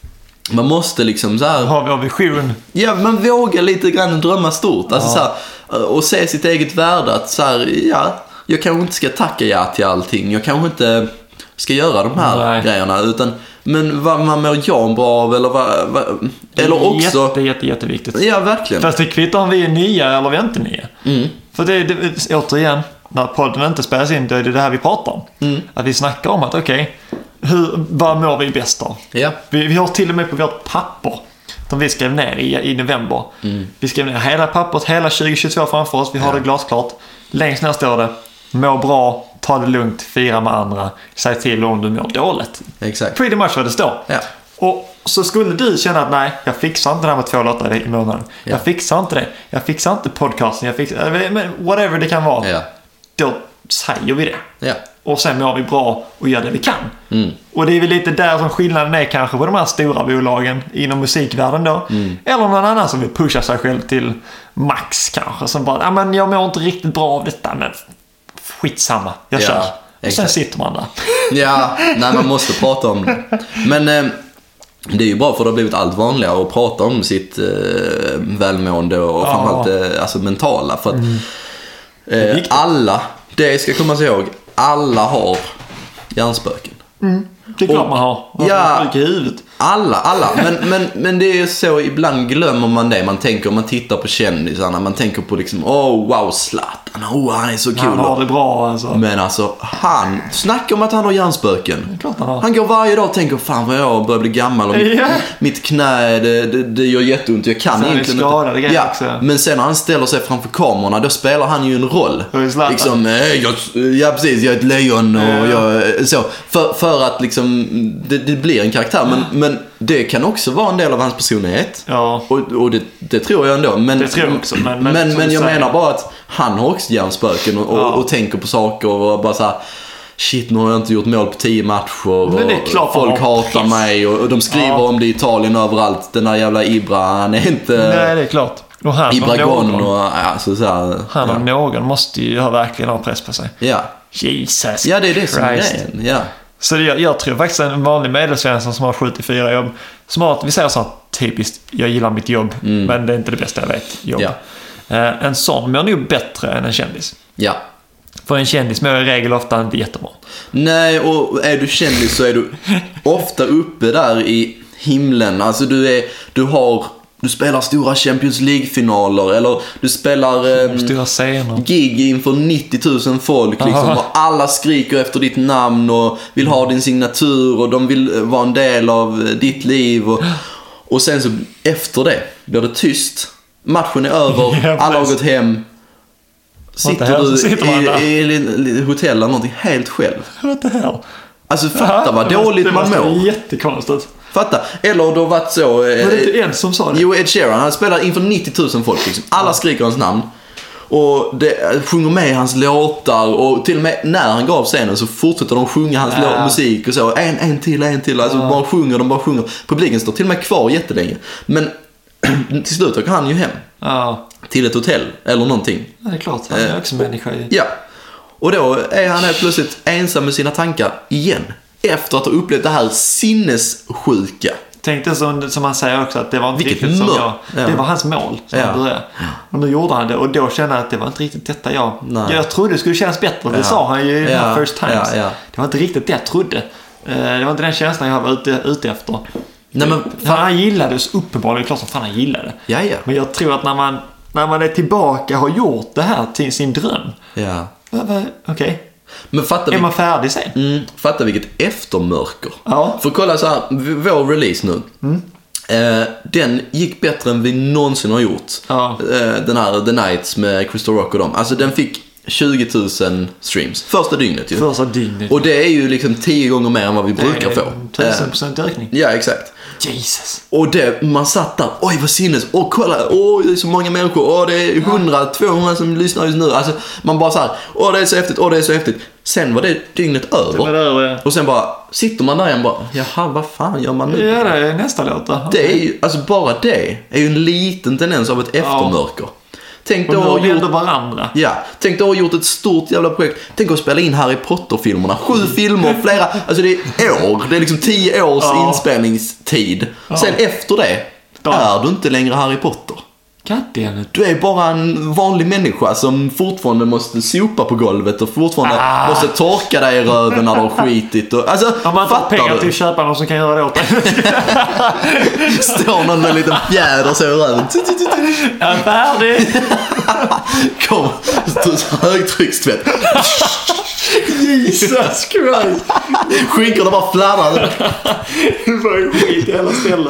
man måste liksom så här... Har vi en vision? Ja, man vågar lite grann drömma stort. Alltså Ja. så här, och se sitt eget värde. Att så här, ja, jag kanske inte ska tacka ja till allting. Jag kanske inte ska göra de här Nej. grejerna. Utan, men vad man mår jag bra av eller vad... vad eller också... Jätte, jätte, jätteviktigt. Ja, verkligen. Fast det kvittar om vi är nya eller vi är inte nya. Mm. För det, det återigen, när podden inte spelas in, då är det det här vi pratar om. Mm. Att vi snackar om att okej, okay, vad mår vi bäst av? Ja. Vi, vi har till och med på vårt papper som vi skrev ner i, i november. Mm. Vi skrev ner hela pappret, hela tjugo tjugotvå framför oss. Vi har Ja. det glasklart. Längst ner står det: må bra, ta det lugnt, fira med andra, säg till om du mår dåligt. Exakt. Pretty much vad det står. Ja. Och så skulle du känna att nej, jag fixar inte det här med två låtar i månaden. Ja. Jag fixar inte det. Jag fixar inte podcasten. Jag fixar, men whatever det kan vara. Ja. Då säger vi det. Ja. Och sen mår vi bra och gör det vi kan. Mm. Och det är väl lite där som skillnaden är kanske på de här stora bolagen inom musikvärlden då. Mm. Eller någon annan som vill pusha sig själv till max kanske. Som bara, ja men jag mår inte riktigt bra av detta, men skitsamma, jag Ja, kör. Och sen exakt. sitter man där. Ja, nej, man måste prata om det. Men eh, det är ju bra för det har blivit allt vanligare att prata om sitt eh, välmående och Ja. framförallt eh, alltså mentala. För att Mm. eh, viktigt. alla, det ska komma ihåg, alla har hjärnspöken. Det är klart Och- man har. Man ja. är sjuk i huvudet. Alla, alla. Men, men, men det är så, ibland glömmer man det. Man tänker, om man tittar på kändisarna, man tänker på liksom, oh wow, Zlatan, oh han är så kul. Han har det bra alltså. Men alltså, han, snacka om att han har hjärnspöken. Det är klart han har. Han går varje dag och tänker, fan vad jag börjar bli gammal och Ja. mitt knä, det, det, det gör jätteont. Jag kan Så han är egentligen skadad, det inte. grejer också. Men sen när han ställer sig framför kamerorna, då spelar han ju en roll. Och är Zlatan. Liksom, eh, jag, ja precis, jag är ett lejon och Ja. jag, så. För, för att liksom, det, det blir en karaktär. Men, men det kan också vara en del av hans personlighet. Ja. Och, och det, det tror jag ändå. Men, Det tror jag också, men- Men, men men, som du jag säger. menar bara att han har också hjärnspöken och, Ja. och, och tänker på saker och bara så här: shit, nu har jag inte gjort mål på tio matcher. Men det är och klart folk han har hatar press. mig och, och de skriver Ja. om det i Italien överallt. Den där jävla Ibra, han är inte... Nej, det är klart. Och han Ibra om Gon någon, och alltså, så här, han ja. om någon måste ju ha verkligen ha press på sig. Ja. Jesus ja, det är det som är Christ. grejen. Ja. Så det, jag, jag tror faktiskt en vanlig medelsvensson som har sjuttiofyra jobb, som har, vi säger så här, typiskt, jag gillar mitt jobb, men det är inte det bästa jag vet, jobb. Ja. Eh, en sån mår nog bättre än en kändis. Ja. För en kändis mår i regel ofta inte jättebra. Nej, och är du kändis så är du ofta uppe där i himlen. Alltså du är, du har, du spelar stora Champions League-finaler eller du spelar eh, Stora scener. gig inför nittio tusen folk liksom, Aha. och alla skriker efter ditt namn och vill ha din signatur och de vill vara en del av ditt liv och, och sen så efter det blir det tyst. Matchen är över, Ja, alla har precis. gått hem. Sitter här, du så sitter man där. i, i, i hotell eller någonting helt själv. What the hell? Alltså fatta vad Det måste- dåligt man Det måste vara mår. jättekonstigt. Fatta. Eller det har varit så... Var det Eh, inte en som sa det? jo, Ed Sheeran, han spelar inför nittio tusen folk liksom. Alla skriker hans namn. Och det, sjunger med hans låtar. Och till och med när han går av scenen så fortsätter de sjunga hans Ja. lå- musik och så. En, en till, en till. Alltså Ja. bara sjunger, de bara sjunger. Publiken står till och med kvar jättelänge. Men till slut åker han ju hem. Ja, Till ett hotell eller någonting. det är klart. Han är också människa ju. Ja. Och då är han helt plötsligt ensam med sina tankar igen. Efter att ha upplevt det här sinnessjuka Tänk det som, som han säger också, att det var inte Vilket riktigt som mör. jag. Ja. Det var hans mål som Ja. han började. Och nu gjorde han det, och då kände jag att det var inte riktigt detta jag... Nej. Jag trodde det skulle kännas bättre, det Ja. sa han ju i Ja. ja. First Times. Ja, ja. Det var inte riktigt det jag trodde. Eh, Det var inte den känslan jag var ute, ute efter. Nej, men Fan, han gillade så uppenbarligen, klart som fan han gillade. Ja, ja. Men jag tror att när man, när man är tillbaka har gjort det här till sin dröm. Ja. Okej. Okay. Men fatta, Är vi, man färdig sen? mm, fatta vilket eftermörker. Ja. För kolla så här, v- vår release nu. Mm. Eh, den gick bättre än vi någonsin har gjort. Ja. Eh, den här The Nights med Crystal Rock och dem. Alltså den fick tjugo tusen streams. Första dygnet ju. Första dygnet. Och det är ju liksom tio gånger mer än vad vi brukar få. Tusen procent ökning. Ja, exakt. Jesus. Och det, man satt där, oj vad sinnes, åh kolla, åh det är så många människor, åh det är hundra, tvåhundra som lyssnar just nu. Alltså man bara så här, åh det är så häftigt, åh det är så häftigt. Sen var det dygnet över. Det var där, ja. Och sen bara, sitter man där igen bara, jaha vad fan gör man nu? Ja, det är nästa låt då. Det är ju, alltså bara det är ju en liten tendens av ett eftermörker. Tänk Och då nu har att vi gjort, ändå varandra. ja, tänk då att ha gjort ett stort jävla projekt. Tänk att spela in Harry Potter-filmerna. Sju filmer, flera, alltså det är år. Det är liksom tio års Ja. inspelningstid. Ja. Sen efter det Ja. är du inte längre Harry Potter. Goddammit. Du är bara en vanlig människa som fortfarande måste sopa på golvet och fortfarande Ah. måste torka dig i röven när du har skitit. Och, alltså, Om man inte har fattar pengar du? till att köpa någon som kan göra det åt dig. Står någon med en liten fjäder så i röven. Jag är färdig. Kom, högtryckstvätt. Jesus Christ. Skinkorna bara fladdrar. Det var ju skit i hela stället.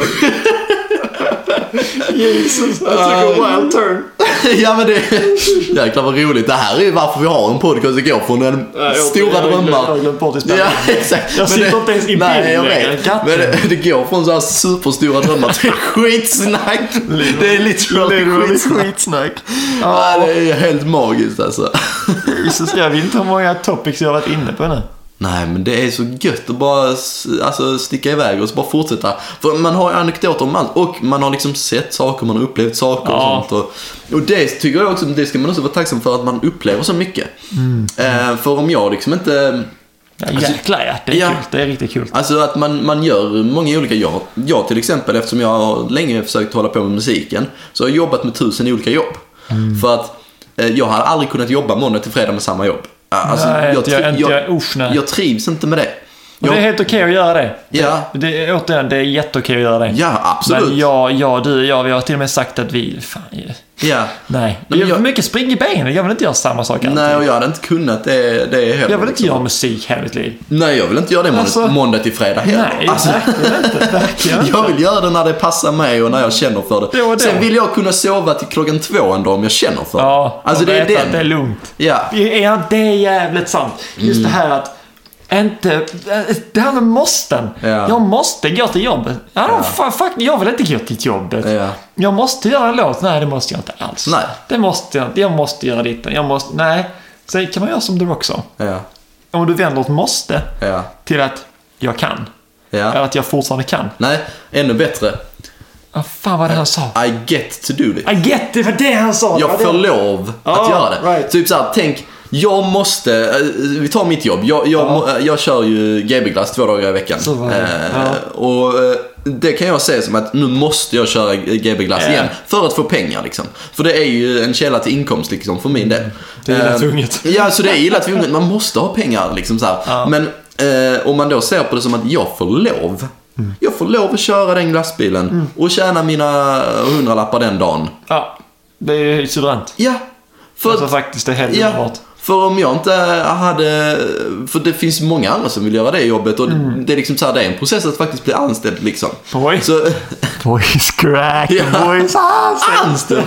Jesus, that took a wild turn. Ja men det jäklar vad roligt. Det här är ju varför vi har en podcast. Det går från en jag- stora jag- jag- drömmar. jag har glömt bort i spelet. Ja exakt. Jag Men sitter det- inte ens i Nej bild jag längre. vet. Katten. Men det, det går från så här superstora drömmar till skitsnack. Det är literally skitsnack. skitsnack. Ja, det är helt magiskt alltså. Jesus, jag vet inte hur många topics jag har varit inne på nu. Nej men det är så gött att bara s- alltså, sticka iväg och så bara fortsätta. För man har ju anekdoter om allt och man har liksom sett saker, man har upplevt saker Ja. och sånt. Och, och det tycker jag också, det ska man också vara tacksam för att man upplever så mycket. Mm. Eh, för om jag liksom inte... Ja, jäklar ja, det är Ja. kul. Det är riktigt kul. Alltså att man, man gör många olika jobb. Jag till exempel, eftersom jag har länge försökt hålla på med musiken, så har jag jobbat med tusen olika jobb. Mm. För att eh, jag hade aldrig kunnat jobba måndag till fredag med samma jobb. Alltså, Nej, jag, inte jag, tri- inte jag, jag, usch, nej. jag trivs inte med det. Och det är Jag, helt okej att göra det. ja, Det är, återigen, det är jätteokej att göra det. ja, absolut. Men jag, jag, du, jag, vi har till och med sagt att vi... Fan, Ja. nej. men Vi har jag- för mycket spring i benen. Jag vill inte göra samma sak alltid. Nej, och jag hade inte kunnat det, det heller. jag vill inte liksom. göra musik hela mitt liv. Nej, jag vill inte göra det måndag, Alltså- måndag till fredag heller. Nej, Alltså, verkligen inte. Verkligen inte. jag vill göra det när det passar mig och när jag känner för det. Då och då. Sen vill jag kunna sova till klockan två en dag om jag känner för det. Ja, Alltså och det är veta att den. det är lugnt. Ja. Ja, det är jävligt sant. Just det här att inte... Det här med måsten. Ja. Jag måste gå till jobbet. Ja, Ja. Fan, fuck, jag vill inte gå till jobbet. Ja. Jag måste göra en låt. Nej, det måste jag inte alls. Nej. Det måste jag inte. Jag måste göra ditt. Jag måste... Nej. Så kan man göra som du också. Ja. Om du vänder ett måste Ja. till att jag kan. Eller Ja. att jag fortfarande kan. Nej, ännu bättre. Vad fan var det han sa? I get to do it. I get det var det han sa. Det Jag var det. får lov att Ja, göra det. right. Typ såhär, tänk, jag måste, eh, vi tar mitt jobb. Jag, jag, Ja. må- jag kör ju G B-glass två dagar i veckan. Så var det. Eh, Ja. Och eh, det kan jag se som att nu måste jag köra G B-glass Ja. igen. För att få pengar liksom. För det är ju en källa till inkomst liksom för min del. Det är illa Eh, tvunget. Ja, så det är illa tvunget. Man måste ha pengar liksom så här. Ja. Men eh, om man då ser på det som att jag får lov. Mm. Jag får lov att köra den glassbilen och tjäna mina hundralappar den dagen. Ja, det är ju suveränt. Ja, för Alltså att, faktiskt, det är helt ja, underbart. för om jag inte hade, för det finns många andra som vill göra det jobbet och det är liksom så här, det är en process att faktiskt bli anställd liksom. Boy. Så, Voice crack, Ja. voice anställd!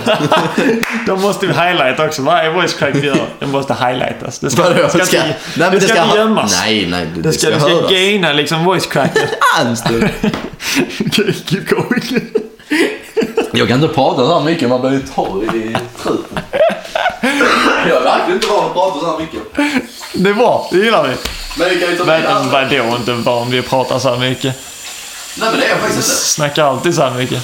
Då måste vi highlighta också. Varje voice crack vi gör, det måste highlightas. Det ska, Vadå? det ska, Ska- inte, nej, men det ska inte ha- gömmas. Nej, nej, det, Det ska, det ska ska höras. gaina liksom voice cracket. Anställd! Okej, keep going. Jag kan inte prata så här mycket, man blir ju torr i truten. Jag är verkligen inte van att prata så här mycket. Det är bra, det gillar vi. Men vi kan ju ta Men med andra. vadå inte van vid att prata så här mycket? Nej men det är jag faktiskt inte. Snackar alltid så här mycket.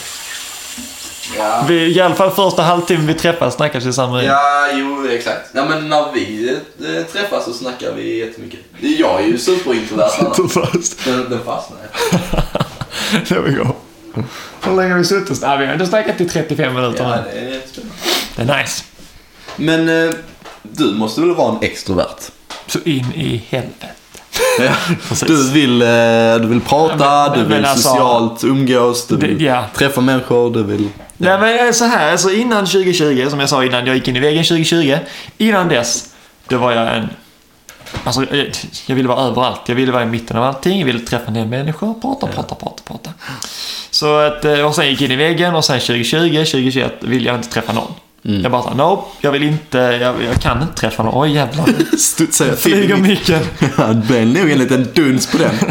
Ja. Vi, i alla fall första halvtimmen vi träffas snackar vi samma ring. Ja, jo, exakt. Ja, men när vi eh, träffas så snackar vi jättemycket. Jag är ju superintrovert. Tog fast. Den, den fastnar. There we go. Hur länge har vi suttit? Nej, vi har ändå snackat i trettiofem minuter. Ja, det är det är nice. Men eh, du måste väl vara en extrovert? Så in i helvete. Ja. Du vill, eh, du vill prata, ja, men, du vill alltså, socialt umgås, du vill det, ja. träffa människor, du vill... Ja. Ja, men så här, alltså innan tjugo tjugo, som jag sa innan jag gick in i väggen tjugo tjugo, innan dess, då var jag en... Alltså, jag, jag ville vara överallt. Jag ville vara i mitten av allting. Jag ville träffa ner människor, prata, prata, prata, prata. Så att, och sen gick jag in i väggen och sen tjugo tjugo, tjugo tjugoett ville jag inte träffa någon. Mm. Jag bara sa, no, jag vill inte, jag, jag kan inte träffa någon. Oj jävlar. Studsar flyger micken. Ja, det blev nog en liten duns på den.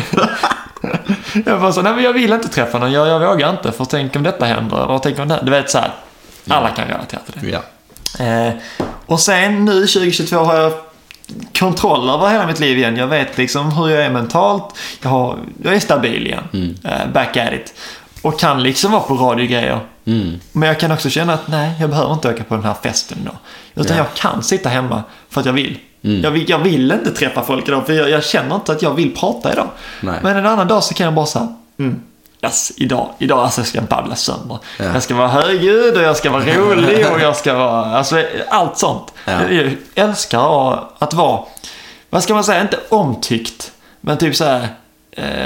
Jag bara så, nej men jag vill inte träffa någon. Jag, jag vågar inte, för tänk om detta händer. Och tänk om det, du vet så här. Alla kan relatera till det. Ja. Eh, och sen nu tjugo tjugotvå har jag kontroll över hela mitt liv igen. Jag vet liksom hur jag är mentalt. Jag, har, jag är stabil igen. Mm. Eh, back at it. Och kan liksom vara på radiogrejer. Mm. Men jag kan också känna att nej, jag behöver inte öka på den här festen då. Utan ja. jag kan sitta hemma för att jag vill. Mm. Jag, vill jag vill inte träffa folk idag, för jag, jag känner inte att jag vill prata idag. Nej. Men en annan dag så kan jag bara säga mm, yes, idag, idag alltså ska jag babbla sönder. Ja. Jag ska vara högljudd och jag ska vara rolig och jag ska vara, alltså allt sånt. Ja. Jag älskar att vara, vad ska man säga, inte omtyckt, men typ så här eh,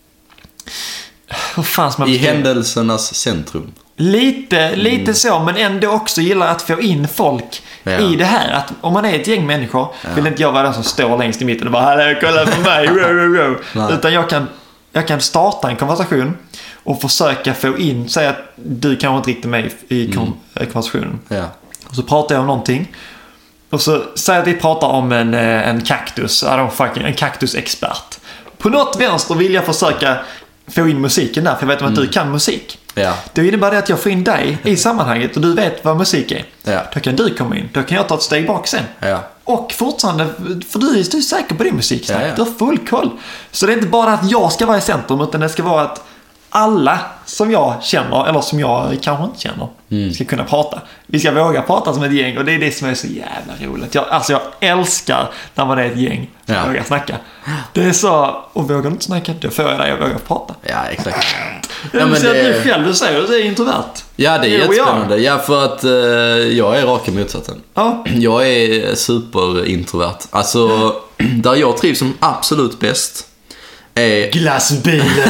hur fan ska man i händelsernas centrum. Lite, lite mm. så, men ändå också gillar att få in folk ja. i det här. Att om man är ett gäng människor ja. vill inte jag vara den som står längst i mitten och bara hallå, kolla på mig. Utan jag kan, jag kan starta en konversation och försöka få in, säga att du kanske inte riktigt med i kom- mm. konversationen. Ja. Och så pratar jag om någonting. Och så säger att vi pratar om en, en kaktus, I don't fucking, en kaktusexpert. På något vänster vill jag försöka få in musiken där, för jag vet om att mm. du kan musik. Ja. Det innebär det att jag får in dig i sammanhanget och du vet vad musik är. Ja. Då kan du komma in. Då kan jag ta ett steg bak sen. Ja. Och fortfarande, för du är, du är säker på din musik. Ja, ja. Du har full koll. Så det är inte bara att jag ska vara i centrum, utan det ska vara att alla som jag känner, eller som jag kanske inte känner, mm. ska kunna prata. Vi ska våga prata som ett gäng, och det är det som är så jävla roligt. Jag, alltså jag älskar när man är ett gäng som ja. vågar snacka. Det är så, och vågar du inte snacka, då får jag dig att våga prata. Ja, exakt. Jag ja, men det... att du själv, du säger att du är introvert. Ja, det är jättespännande. Ja, för att uh, jag är raka motsatsen. Ja. Jag är superintrovert. Alltså, där jag trivs som absolut bäst är... glassbilen.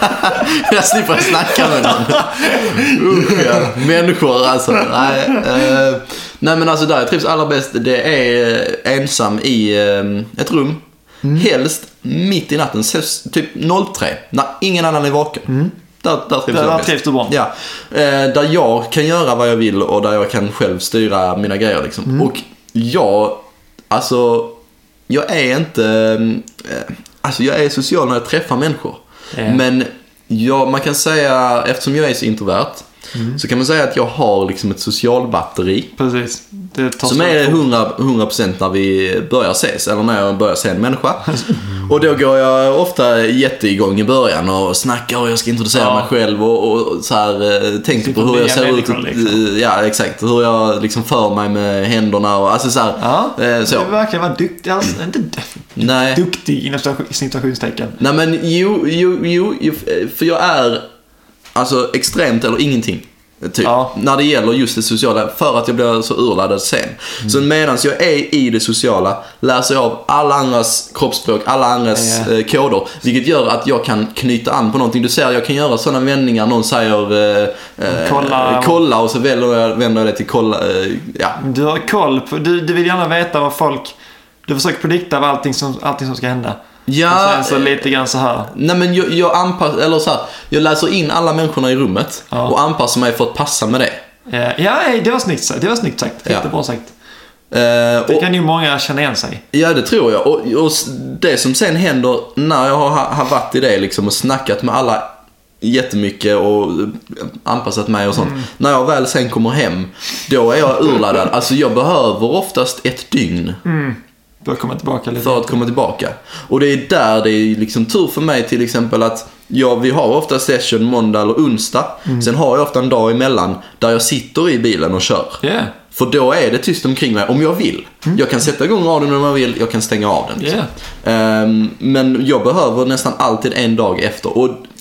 Jag slipper snacka med någon. Usch, ja. Människor, alltså. Nej, uh, nej, men alltså där jag trivs allra bäst, det är ensam i uh, ett rum. Mm. Helst mitt i natten, typ noll tre, när ingen annan är vaken. Mm. Där, där trivs där jag trivs du bra. Ja. Eh, där jag kan göra vad jag vill och där jag kan själv styra mina grejer liksom. Mm. Och jag, alltså, jag är inte, eh, alltså jag är social när jag träffar människor. Mm. Men jag, man kan säga, eftersom jag är så introvert, mm. så kan man säga att jag har liksom ett socialbatteri. Precis. Det som är hundra procent när vi börjar ses, eller när jag börjar se en människa. Och då går jag ofta jätteigång i början och snackar och jag ska introducera ja. mig själv och, och så här, tänker på hur jag ser ut. Liksom. Ja, exakt. Hur jag liksom för mig med händerna och alltså så här. Ja, så. Det verkar vara duktig. Alltså, inte Nej. duktig inom situationstecken. Nej, men jo, jo, jo, för jag är alltså extremt eller ingenting. Typ, ja. när det gäller just det sociala, för att jag blir så urladdad sen. Mm. Så medan jag är i det sociala lär sig av alla andras kroppsspråk, alla andras ja. eh, koder, vilket gör att jag kan knyta an på någonting. Du ser, jag kan göra sådana vändningar, någon säger eh, kolla. Eh, kolla och så vänder jag, vänder jag det till kolla. Eh, ja. Du har koll på, du, du vill gärna veta vad folk, du försöker predikta vad allting som, allting som ska hända. Ja, så lite grann så här. Nej, men jag, jag anpassar, eller så här, jag läser in alla människorna i rummet ja. och anpassar mig för att passa med det. Ja, ja det var snyggt sagt. Det var snyggt sagt. Ja. Jättebra sagt. Uh, det och, kan ju många känna igen sig. Ja, det tror jag. Och, och det som sen händer när jag har, har varit i det liksom och snackat med alla jättemycket och anpassat mig och sånt. Mm. När jag väl sen kommer hem, då är jag urladdad. Alltså jag behöver oftast ett dygn. Mm. För att komma tillbaka lite. För att komma tillbaka. Och det är där det är liksom tur för mig till exempel att ja, vi har ofta session måndag eller onsdag. Mm. Sen har jag ofta en dag emellan där jag sitter i bilen och kör. Yeah. För då är det tyst omkring mig om jag vill. Mm. Jag kan sätta igång radion om jag vill, jag kan stänga av den. Liksom. Yeah. Um, men jag behöver nästan alltid en dag efter. Och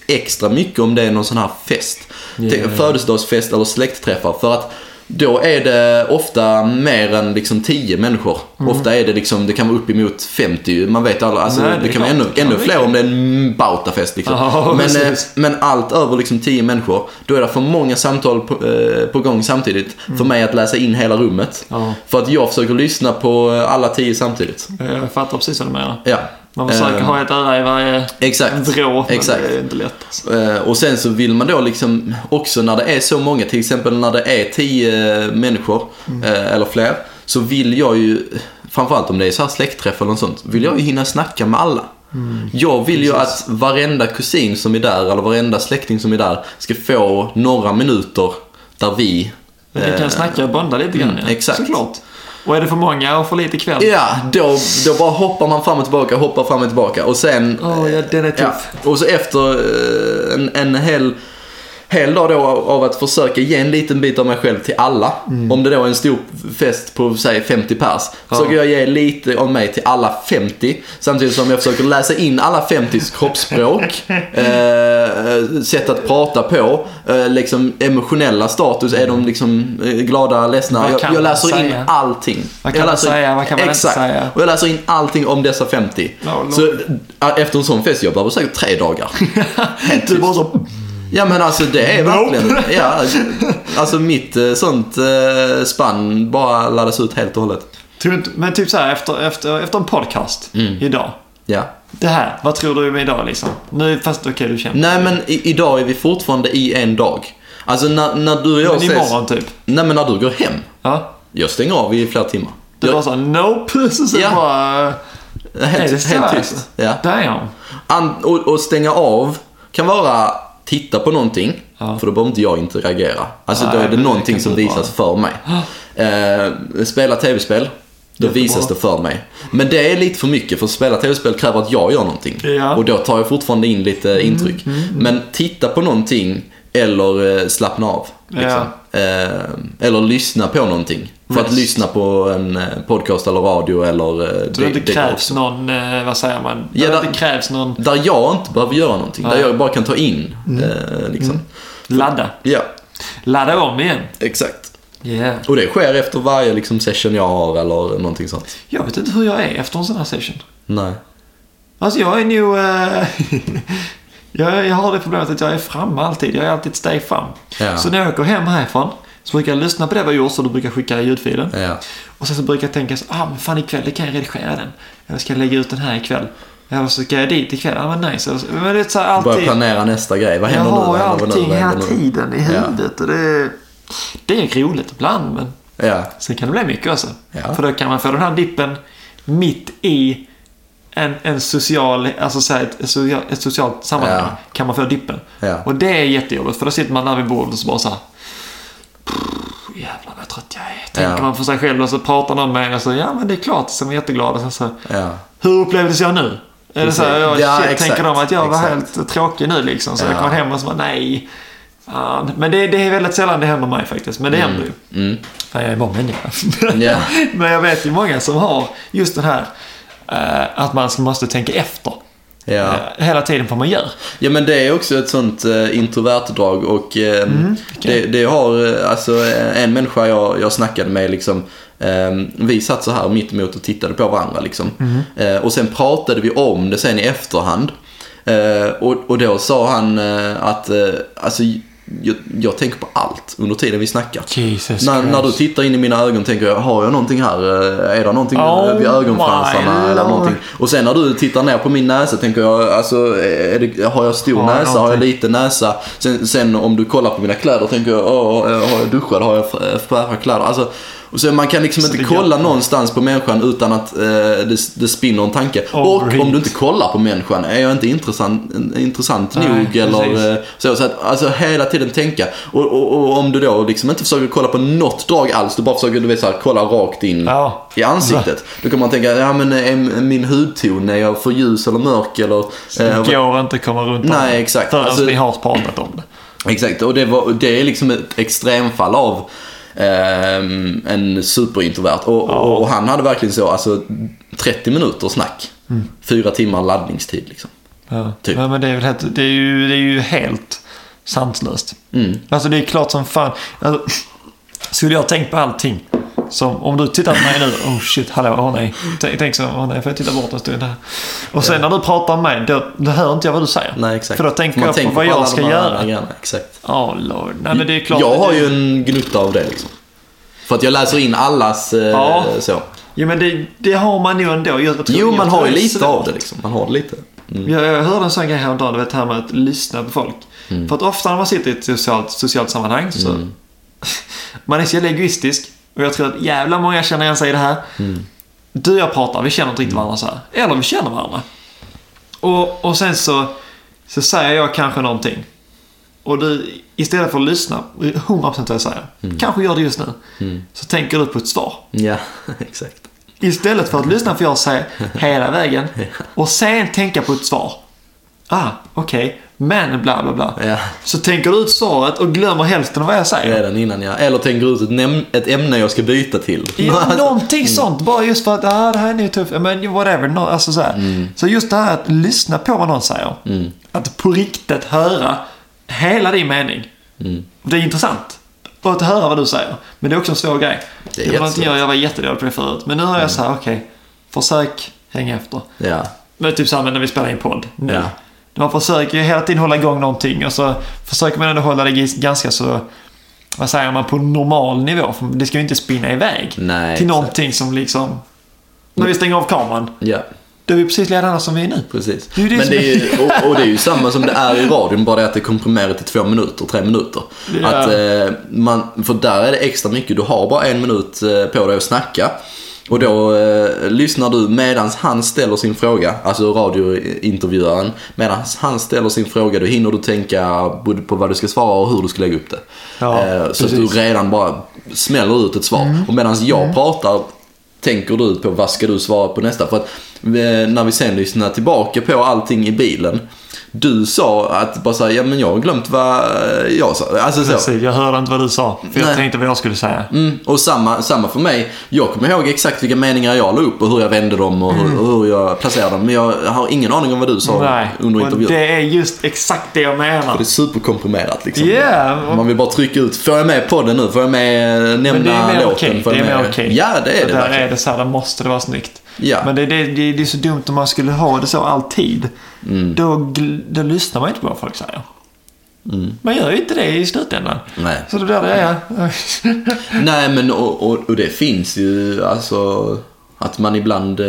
extra mycket om det är någon sån här fest. Yeah. Födelsedagsfest eller släktträffar. För att då är det ofta mer än liksom tio människor. Mm. Ofta är det liksom, det kan vara upp emot femtio. Man vet alla, alltså Nej, det, det kan vara ännu, ännu fler om det är en bautafest liksom. Oh, men, eh, men allt över liksom tio människor, då är det för många samtal på, eh, på gång samtidigt. Mm. För mig att läsa in hela rummet. Oh. För att jag försöker lyssna på alla tio samtidigt. Jag fattar precis vad du menar. Ja. Man försöker uh, ha ett öra i varje exakt, vrå, men exakt. det är inte lätt. Alltså. Uh, och sen så vill man då liksom också när det är så många, till exempel när det är tio människor mm. uh, eller fler, så vill jag ju, framförallt om det är så här släktträff eller något sånt, vill jag ju hinna snacka med alla. Mm. Jag vill ju Precis. att varenda kusin som är där eller varenda släkting som är där ska få några minuter där vi men vi kan uh, snacka och bonda lite grann, mm, ja. Exakt. Såklart. Och är det för många och för lite kväll? Ja, då, då bara hoppar man fram och tillbaka, hoppar fram och tillbaka. Och sen... Oh, ja, den är tuff. Ja, och så efter en, en hel, hel dag då av att försöka ge en liten bit av mig själv till alla. Mm. Om det då är en stor fest på, säg, femtio pers. Ja. Försöker jag ge lite av mig till alla femtio. Samtidigt som jag försöker läsa in alla femtios kroppsspråk. eh, sätt att prata på. Eh, liksom emotionella status. Är de liksom glada, ledsna? Jag, jag läser in allting. Vad kan jag man säga? Vad kan man exakt. inte säga? Och jag läser in allting om dessa femtio. No, no. Så efter en sån fest jag behöver säkert tre dagar. Du bara så... Ja men alltså det är verkligen nope. Ja, alltså mitt sånt eh, spann bara laddas ut helt och hållet. Men typ så här efter, efter, efter en podcast mm. idag. Ja. Det här, vad tror du med idag liksom? Nu fast okej okay, du känner. Nej men i, idag är vi fortfarande i en dag. Alltså när, när du och jag men imorgon ses, typ. Nej men när du går hem. Ja. Jag stänger av i flera timmar. Det jag, var så nope så så ja. bara helt, helt tyst. Ja. Damn. An, och, och stänga av kan vara titta på någonting, ja. För då behöver inte jag interagera. Alltså Nej, då är det någonting det som visas för mig. Eh, spela tv-spel, då Jättebra. visas det för mig. Men det är lite för mycket, för att spela tv-spel kräver att jag gör någonting. Ja. Och då tar jag fortfarande in lite intryck. Mm, mm, mm. Men titta på någonting eller eh, slappna av. Liksom. Ja. Eh, eller lyssna på någonting. För Mest. att lyssna på en podcast eller radio eller... Eh, det, det, det krävs någon, eh, vad säger man? Ja, där, det krävs någon... Där jag inte behöver göra någonting. Ja. Där jag bara kan ta in. Mm. Eh, liksom. mm. Ladda. Ja. Ladda om igen. Exakt. Yeah. Och det sker efter varje liksom, session jag har eller någonting sånt. Jag vet inte hur jag är efter en sån här session. Nej. Alltså jag är nog... Uh... jag, jag har det problemet att jag är framme alltid. Jag är alltid ett steg fram. Ja. Så när jag går hem härifrån så brukar jag lyssna på det jag gjort, så du brukar skicka ljudfilen. Ja. Och sen så brukar jag tänka så, ah men fan ikväll det kan jag redigera den. Eller ska jag lägga ut den här ikväll. Eller så ska jag dit ikväll. Ja men nice. Men det är så här alltid... Börja planera nästa grej. Vad händer nu? Jag har allting hela nu? tiden i huvudet. Ja. Och det är, det är roligt ibland, men ja. Sen kan det bli mycket också. Ja. För då kan man få den här dippen mitt i en, en social, alltså så här, ett, ett, social, ett socialt sammanhang. Ja. Kan man få dippen. Ja. Och det är jättejobbigt. För då sitter man där vid bordet och så bara så här... Jävlar vad trött jag är. Tänker ja. man för sig själv och så pratar någon med en och så, ja men det är klart som är jätteglad och sen så, ja. Hur upplevdes jag nu? Är det så här, jag ja, shit, tänker de att jag var exakt. helt tråkig nu liksom. Så ja. jag kom hem och så var nej. Fan. Men det, det är väldigt sällan det händer mig faktiskt. Men det mm. händer ju. Mm. För jag är bara människa. Yeah. Men jag vet ju många som har just den här uh, att man måste tänka efter. Ja. Hela tiden på vad man gör. Ja men det är också ett sånt uh, introvertdrag och uh, mm, okay. det, det har uh, alltså en människa jag, jag snackade med liksom, uh, vi satt så här mitt emot och tittade på varandra liksom. Mm. Uh, och sen pratade vi om det sen i efterhand uh, och, och då sa han uh, att uh, alltså Jag, jag tänker på allt under tiden vi snackar. När, när du tittar in i mina ögon tänker jag, har jag någonting här? Är det någonting oh vid ögonfransarna eller någonting? Och sen när du tittar ner på min näsa tänker jag, alltså, är det, har jag stor har näsa? Någonting? Har jag liten näsa? Sen, sen om du kollar på mina kläder tänker jag, oh, har jag duschat? Har jag färre kläder? Alltså, och så man kan liksom så inte kolla gör... någonstans på människan utan att eh, det, det spinner en tanke. Oh, och great. Om du inte kollar på människan är jag inte intressant, intressant Nej, nog eller eh, så, så att, alltså hela tiden tänka. Och, och, och om du då liksom inte försöker kolla på något drag alls, du bara försöker du vet, så här, kolla rakt in ja. i ansiktet. Då kan man tänka, ja men är min hudton, är jag för ljus eller mörk eller... Så det eh, går inte att komma runt om Nej, exakt. Förrän alltså, vi har pratat om det. Exakt, och det, var, det är liksom ett extremfall av Um, en superintrovert och, ja. och, och han hade verkligen så alltså trettio minuter snack mm. fyra timmar laddningstid liksom. Ja. Typ. Ja, men det är, väl helt, det, är ju, det är ju helt sanslöst. Mm. Alltså det är klart som fan. Alltså, skulle jag tänkt på allting. Som, om du tittar på mig nu, oh shit, hallå, åh oh, nej. Tänk, tänk så, åh oh, nej, får jag titta bort en stund här. Och sen ja. när du pratar om mig, då, då hör inte jag vad du säger. Nej, exakt. För då tänker jag på tänker vad på jag ska göra. Grann, exakt. Ja, oh, lord. Nej, men det är klart. Jag har det... ju en gnutta av det liksom. För att jag läser in allas eh, ja. så. Jo, men det, det har man ju ändå. Jag tror, jo, man jag har ju lite svårt. av det liksom. Man har det lite. Mm. Jag, jag hörde en sån grej häromdagen, du vet, här med att lyssna på folk. Mm. För att ofta när man sitter i ett socialt, socialt sammanhang så mm. man är så jävla egoistisk. Och jag tror att jävla många känner igen sig i det här. Mm. Du och jag pratar, vi känner inte riktigt varandra så här. Eller vi känner varandra. Och, och sen så, så säger jag kanske någonting. Och du, istället för att lyssna hundra procent vad jag säger, mm. kanske gör det just nu, mm. så tänker du på ett svar. Ja, exakt. Istället för att lyssna för jag säger hela vägen. Och sen tänka på ett svar. Ah, okej. Okay. Men bla bla bla. Ja. Så tänker du ut svaret och glömmer hälften av vad jag säger. Redan innan, ja. Eller tänker ut ett, näm- ett ämne jag ska byta till. Ja, någonting mm. sånt. Bara just för att ah, det här är nu tufft. Men whatever. No, alltså så här. Mm. Så just det här att lyssna på vad någon säger. Mm. Att på riktigt höra hela din mening. Mm. Det är intressant. Och att höra vad du säger. Men det är också en svår grej. Det, det var någonting jag, jag var jättedålig på det förut. Men nu har jag mm. så här, okej. Okay, försök hänga efter. Ja. Men typ samma när vi spelar in podd. Nu. Ja. Man försöker ju hela tiden hålla igång någonting. Och så försöker man ändå hålla det ganska så, vad säger man, på normal nivå. För det ska ju inte spinna iväg. Nej, till exakt. Någonting som liksom, när vi stänger av kameran. Ja. Då är vi precis likadana som vi är nu. Precis. Det är det Men det är ju, är... och, och det är ju samma som det är i radion, bara det att det komprimerar till två minuter, tre minuter. Ja. Att, eh, man, för där är det extra mycket. Du har bara en minut eh, på dig att snacka. Och då eh, lyssnar du medans han ställer sin fråga, alltså radiointervjuaren, medans han ställer sin fråga, då hinner du tänka både på vad du ska svara och hur du ska lägga upp det. Ja, eh, så att du redan bara smäller ut ett svar. Mm. Och medans jag mm. pratar, tänker du på vad ska du svara på nästa. För att eh, när vi sen lyssnar tillbaka på allting i bilen, du sa att bara säga, ja men jag har glömt vad jag sa. Alltså så. Precis, jag hörde inte vad du sa. För jag Nej. tänkte vad jag skulle säga. Mm, och samma, samma för mig. Jag kommer ihåg exakt vilka meningar jag la upp och hur jag vände dem och hur, mm. hur jag placerade dem. Men jag har ingen aning om vad du sa Nej. under intervjun. Och det är just exakt det jag menar. För det är superkomprimerat liksom. Yeah. Man vill bara trycka ut, får jag med podden nu? Får jag med nämna låten? Okay. Får jag det är med mer okej. Okay. Ja, det är det. Där verkligen. är det så här, där måste det vara snyggt. Ja. Men det, det, det, det är så dumt om man skulle ha det så alltid. Mm. Då, då lyssnar man inte på vad folk säger. Mm. Man gör ju inte det i slutändan. Nej. Så det där det är. Nej, men och, och, och det finns ju alltså att man ibland,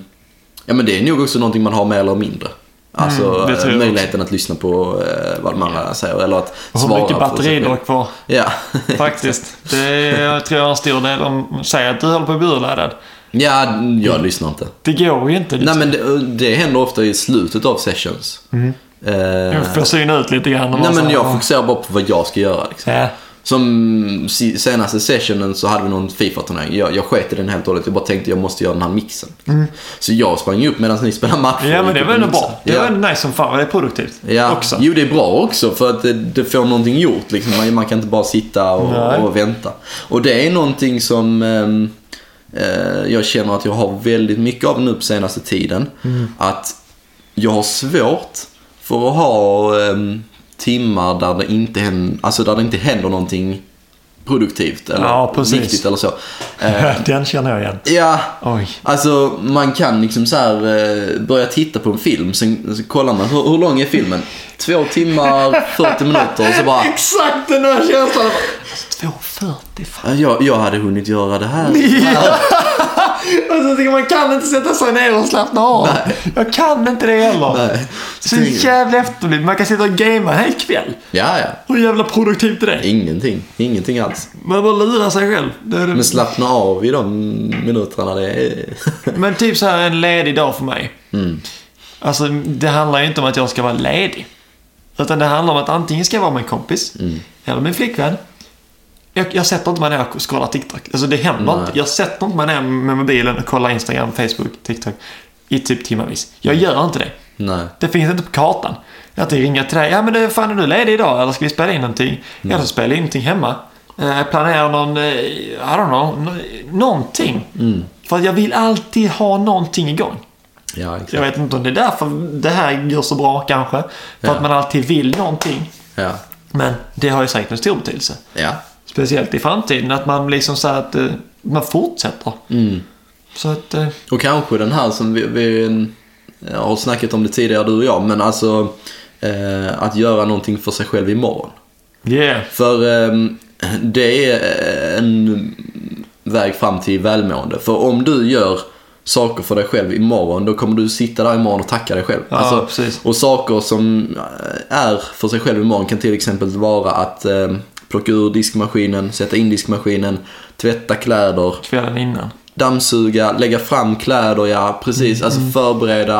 ja men det är nog också någonting man har mer eller mindre. Alltså mm, möjligheten att lyssna på eh, vad man ja. säger eller att och svara. Hur mycket batteri du har kvar. Ja. Faktiskt. Det jag tror jag en stor del de säger att du håller på att bli urladdad. Ja, jag lyssnar inte. Det går ju inte. Nej, men det, det händer ofta i slutet av sessions. Mm. Eh, jag får syna ut lite grann. Nej, men jag fokuserar bara på vad jag ska göra. Liksom. Ja. Som senaste sessionen så hade vi någon FIFA-turnering. Jag, jag sket i den helt och hållet. Jag bara tänkte jag måste göra den här mixen. Mm. Så jag sprang upp medan ni spelar matcher. Ja, men det var ändå bra. Det var ändå nice som fan. Det är produktivt. Ja. Också. Jo, det är bra också för att det, det får någonting gjort. Liksom. Man, man kan inte bara sitta och, och vänta. Och det är någonting som... Um, jag känner att jag har väldigt mycket av nu på senaste tiden. Mm. Att jag har svårt för att ha um, timmar där det, inte händer, alltså där det inte händer någonting produktivt eller ja, viktigt eller så. Den känner jag igen. Ja, Oj. Alltså man kan liksom så här börja titta på en film, sen så kollar man hur, hur lång är filmen? Två timmar, fyrtio minuter och så bara... Exakt den här känslan. två fyrtio fan. Jag, jag hade hunnit göra det här. Ja. Och så tycker man kan inte sätta sig ner och slappna av. Nej. Jag kan inte det heller. Nej. Så jävla efterblivet. Man kan sitta och gamea en hel kväll. Ja, ja. Hur jävla produktivt är det? Ingenting. Ingenting alls. Man bara lurar sig själv. Det är det. Men slappna av i de minuterna. Det är... Men typ så här en ledig dag för mig. Mm. Alltså det handlar ju inte om att jag ska vara ledig. Utan det handlar om att antingen ska jag vara med en kompis. Mm. Eller min flickvän. Jag, jag sätter inte mig ner och scrollar TikTok. Alltså det händer Nej. inte. Jag sätter inte mig ner med mobilen och kollar Instagram, Facebook, TikTok i typ timmarvis. Jag gör inte det. Nej. Det finns inte på kartan. Jag inte ringer till dig. Ja men det, fan är du ledig idag? Eller ska vi spela in någonting? Mm. Eller spela in någonting hemma. Jag eh, planerar någon, eh, I don't know, n- någonting. Mm. För att jag vill alltid ha någonting igång. Ja, exakt. Jag vet inte om det är därför det här går så bra kanske. För Ja. att man alltid vill någonting. Ja. Men det har ju säkert en stor betydelse. Ja. Speciellt i framtiden. Att man liksom så att uh, man fortsätter. Mm. Så att... Uh, Och kanske den här som vi, vi har snackat om det tidigare, du och jag. Men alltså eh, att göra någonting för sig själv imorgon. yeah. För eh, det är en väg fram till välmående. För om du gör saker för dig själv imorgon, då kommer du sitta där imorgon och tacka dig själv. Ja, alltså, precis. och saker som är för sig själv imorgon kan till exempel vara att eh, plocka ur diskmaskinen, sätta in diskmaskinen, tvätta kläder, Kvällen innan. dammsuga, lägga fram kläder, ja precis, alltså förbereda,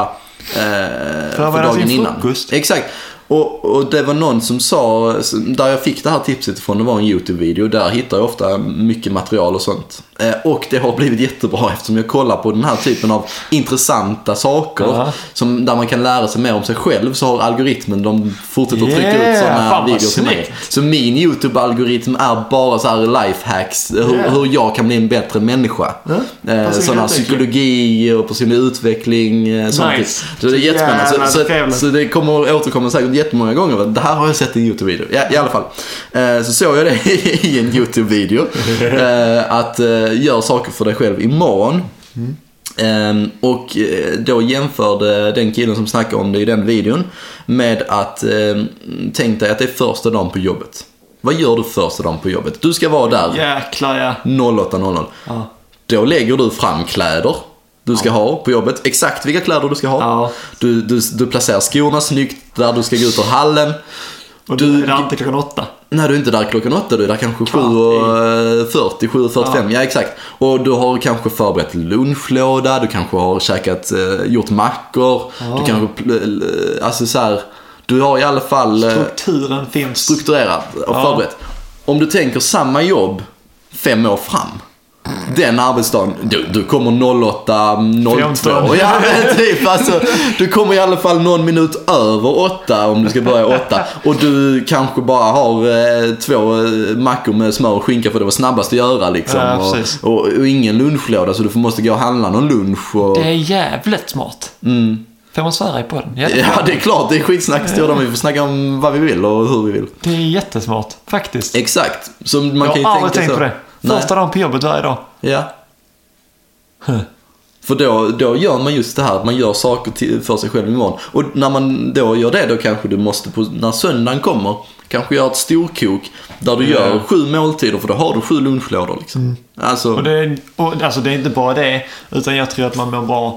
eh, för dagen sin innan. frukost. Exakt. Och, och det var någon som sa, där jag fick det här tipset från, det var en YouTube-video, där hittar jag ofta mycket material och sånt. Eh, och det har blivit jättebra eftersom jag kollar på den här typen av intressanta saker, Ja. som, där man kan lära sig mer om sig själv, så har algoritmen, de fortsätter att trycka Yeah, ut sådana fan vad videor till mig. snyggt. Så min YouTube-algoritm är bara så här lifehacks, hur, Yeah. hur jag kan bli en bättre människa. Ja, Eh, personlig sådana utveckling. psykologi och personlig utveckling. eh, Sånt. Nice. Så det är jättespännande. Jävlar, Så, så, trevligt. så det kommer återkomma säkert jättemånga gånger. Det här har jag sett i en YouTube-video. Ja, i alla fall. Eh, så såg jag det i en YouTube-video. Eh, att eh, gör saker för dig själv imorgon. Mm. Ehm, och eh, då jämförde den killen som snackade om det i den videon med att eh, tänk dig att det är första dagen på jobbet. Vad gör du första dagen på jobbet? Du ska vara där Jäklar ja. åtta noll noll. Ja. Då lägger du fram kläder du ska ha på jobbet. Exakt vilka kläder du ska ha. Ja. Du, du, du placerar skorna snyggt där du ska gå ut ur hallen. Och Du- du är det alltid klockan åtta. När du är inte där klockan åtta, du är där kanske Kvart sju och fyrtio, sju och fyrtiofem. Ja. ja, exakt. Och du har kanske förberett lunchlåda, du kanske har käkat, eh, gjort mackor. Ja. Du kanske, pl- alltså så här, du har i alla fall eh, Strukturen finns. strukturerat och Ja. förberett. Om du tänker samma jobb fem år fram, den arbetsdagen, du, du kommer åtta noll två. femton. Ja, men typ, alltså, du kommer i alla fall någon minut över åtta om du ska börja åtta. Och du kanske bara har eh, två eh, mackor med smör och skinka för det var snabbast att göra liksom. Ja, och, precis. och, och ingen lunchlåda, så du får- måste gå och handla någon lunch. Och... Det är jävligt smart. Mm. Får man svära i podden? Ja, Jättebra. det är klart, det är skitsnack. Står där, vi får snacka om vad vi vill och hur vi vill. Det är jättesmart, faktiskt. Exakt. Så man Jag kan ju har aldrig tänka tänkt så. på det. Nej. Första dagen på jobbet varje dag. Ja. Huh. För då, då gör man just det här att man gör saker till, för sig själv imorgon. Och när man då gör det, då kanske du måste, på, när söndagen kommer, kanske göra ett storkok där du Ja. gör sju måltider, för då har du sju lunchlådor liksom. Mm. Alltså, Och det, är, och, alltså det är inte bara det, utan jag tror att man mår bra.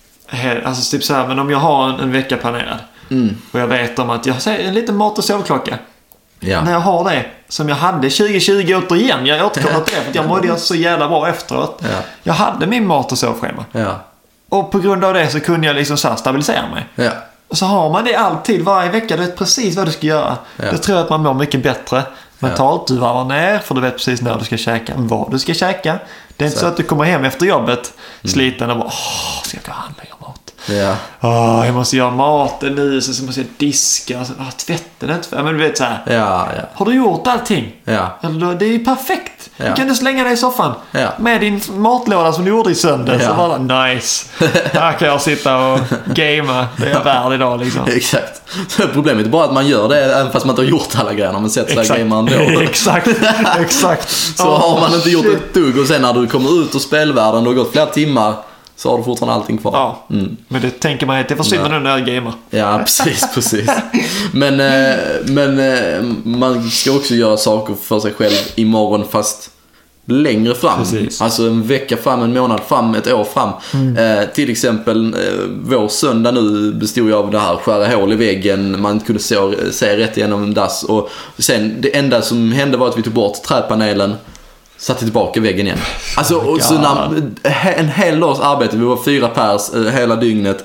he- Alltså typ så här, men om jag har en, en vecka planerad mm, och jag vet om att jag har en liten mat- och sovklocka. ja. När jag har det, som jag hade tjugo tjugo återigen, jag återkommer till det för att jag mådde så jävla bra efteråt. Ja. Jag hade min mat- och sovschema. Ja. Och på grund av det så kunde jag liksom så här stabilisera mig. Ja. Och så har man det alltid, varje vecka, du vet precis vad du ska göra. Ja. Jag tror att man mår mycket bättre mentalt. Du varvar ner, för du vet precis när du ska käka, vad du ska käka. Det är inte Så. så att du kommer hem efter jobbet sliten och bara, åh, ska jag gå och handla och göra mat? Ja. Åh, jag måste göra maten nu, så måste jag diska, och så, ah, tvätten är inte för... Ja, men du vet så här. Ja. Ja. Har du gjort allting? Ja. Eller då- det är ju perfekt. Ja. Du kan du slänga dig i soffan Ja. med din matlåda som du gjorde i söndags. Ja. Så bara, nice. Här kan jag sitta och gamea. Det är jag värd idag liksom. Exakt. Så problemet är bara att man gör det även fast man inte har gjort alla grejerna, men sätter sig och gamer ändå. exakt, exakt. Så har man inte gjort ett dugg, och sen när du kommer ut ur spelvärlden, du har gått flera timmar, så har du fortfarande allting kvar. Ja, Mm. men det tänker man att det försvinner nu när jag gamer. Ja, precis, precis. Men, eh, men eh, man ska också göra saker för sig själv imorgon, fast längre fram. Precis. Alltså en vecka fram, en månad fram, ett år fram. Mm. Eh, till exempel, eh, vår söndag nu bestod ju av det här, skära hål i väggen, man kunde se, se rätt igenom en dass. Och sen, det enda som hände var att vi tog bort träpanelen, satte tillbaka väggen igen. Alltså, och så när, en hel dags arbete, vi var fyra pers eh, hela dygnet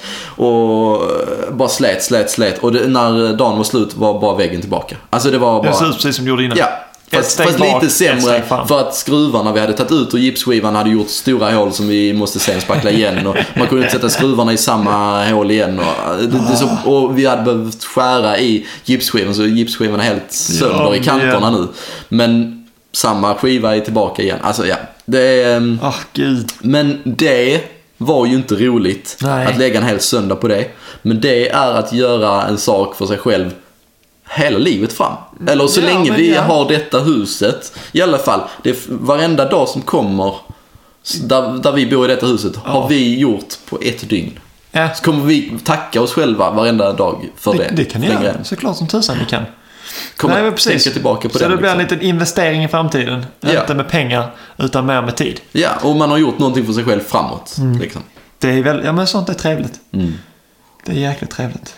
och eh, bara slet, slet, slet. Och det, när dagen var slut var bara väggen tillbaka. Alltså det var bara... Det ser ut precis som du gjorde innan. Ja, Ett fast, steg fast bak, lite ett sämre, steg fram. för att skruvarna vi hade tagit ut och gipsskivan hade gjort stora hål som vi måste sen spackla igen, och man kunde inte sätta skruvarna i samma hål igen, och, det, det så, och vi hade behövt skära i gipsskivan, så gipsskivan är helt sönder Ja, i kanterna men- nu. Men samma skiva är tillbaka igen. Alltså ja, det är... Åh, gud. Men det var ju inte roligt. Nej. Att lägga en hel söndag på det. Men det är att göra en sak för sig själv hela livet fram. Eller så Ja, länge men vi ja. har detta huset. I alla fall, det är varenda dag som kommer där, där vi bor i detta huset Ja. har vi gjort på ett dygn. Ja. Så kommer vi tacka oss själva varenda dag för det. Det, det kan ni Längre göra, än. såklart som tusan ni kan. Kommer Nej, men att precis. tänka tillbaka på så den. det blir en liksom. liten investering i framtiden. Ja. Inte med pengar, utan mer med tid. Ja, och man har gjort någonting för sig själv framåt. Liksom. Det är väl, ja men sånt är trevligt. Mm. Det är jäkligt trevligt.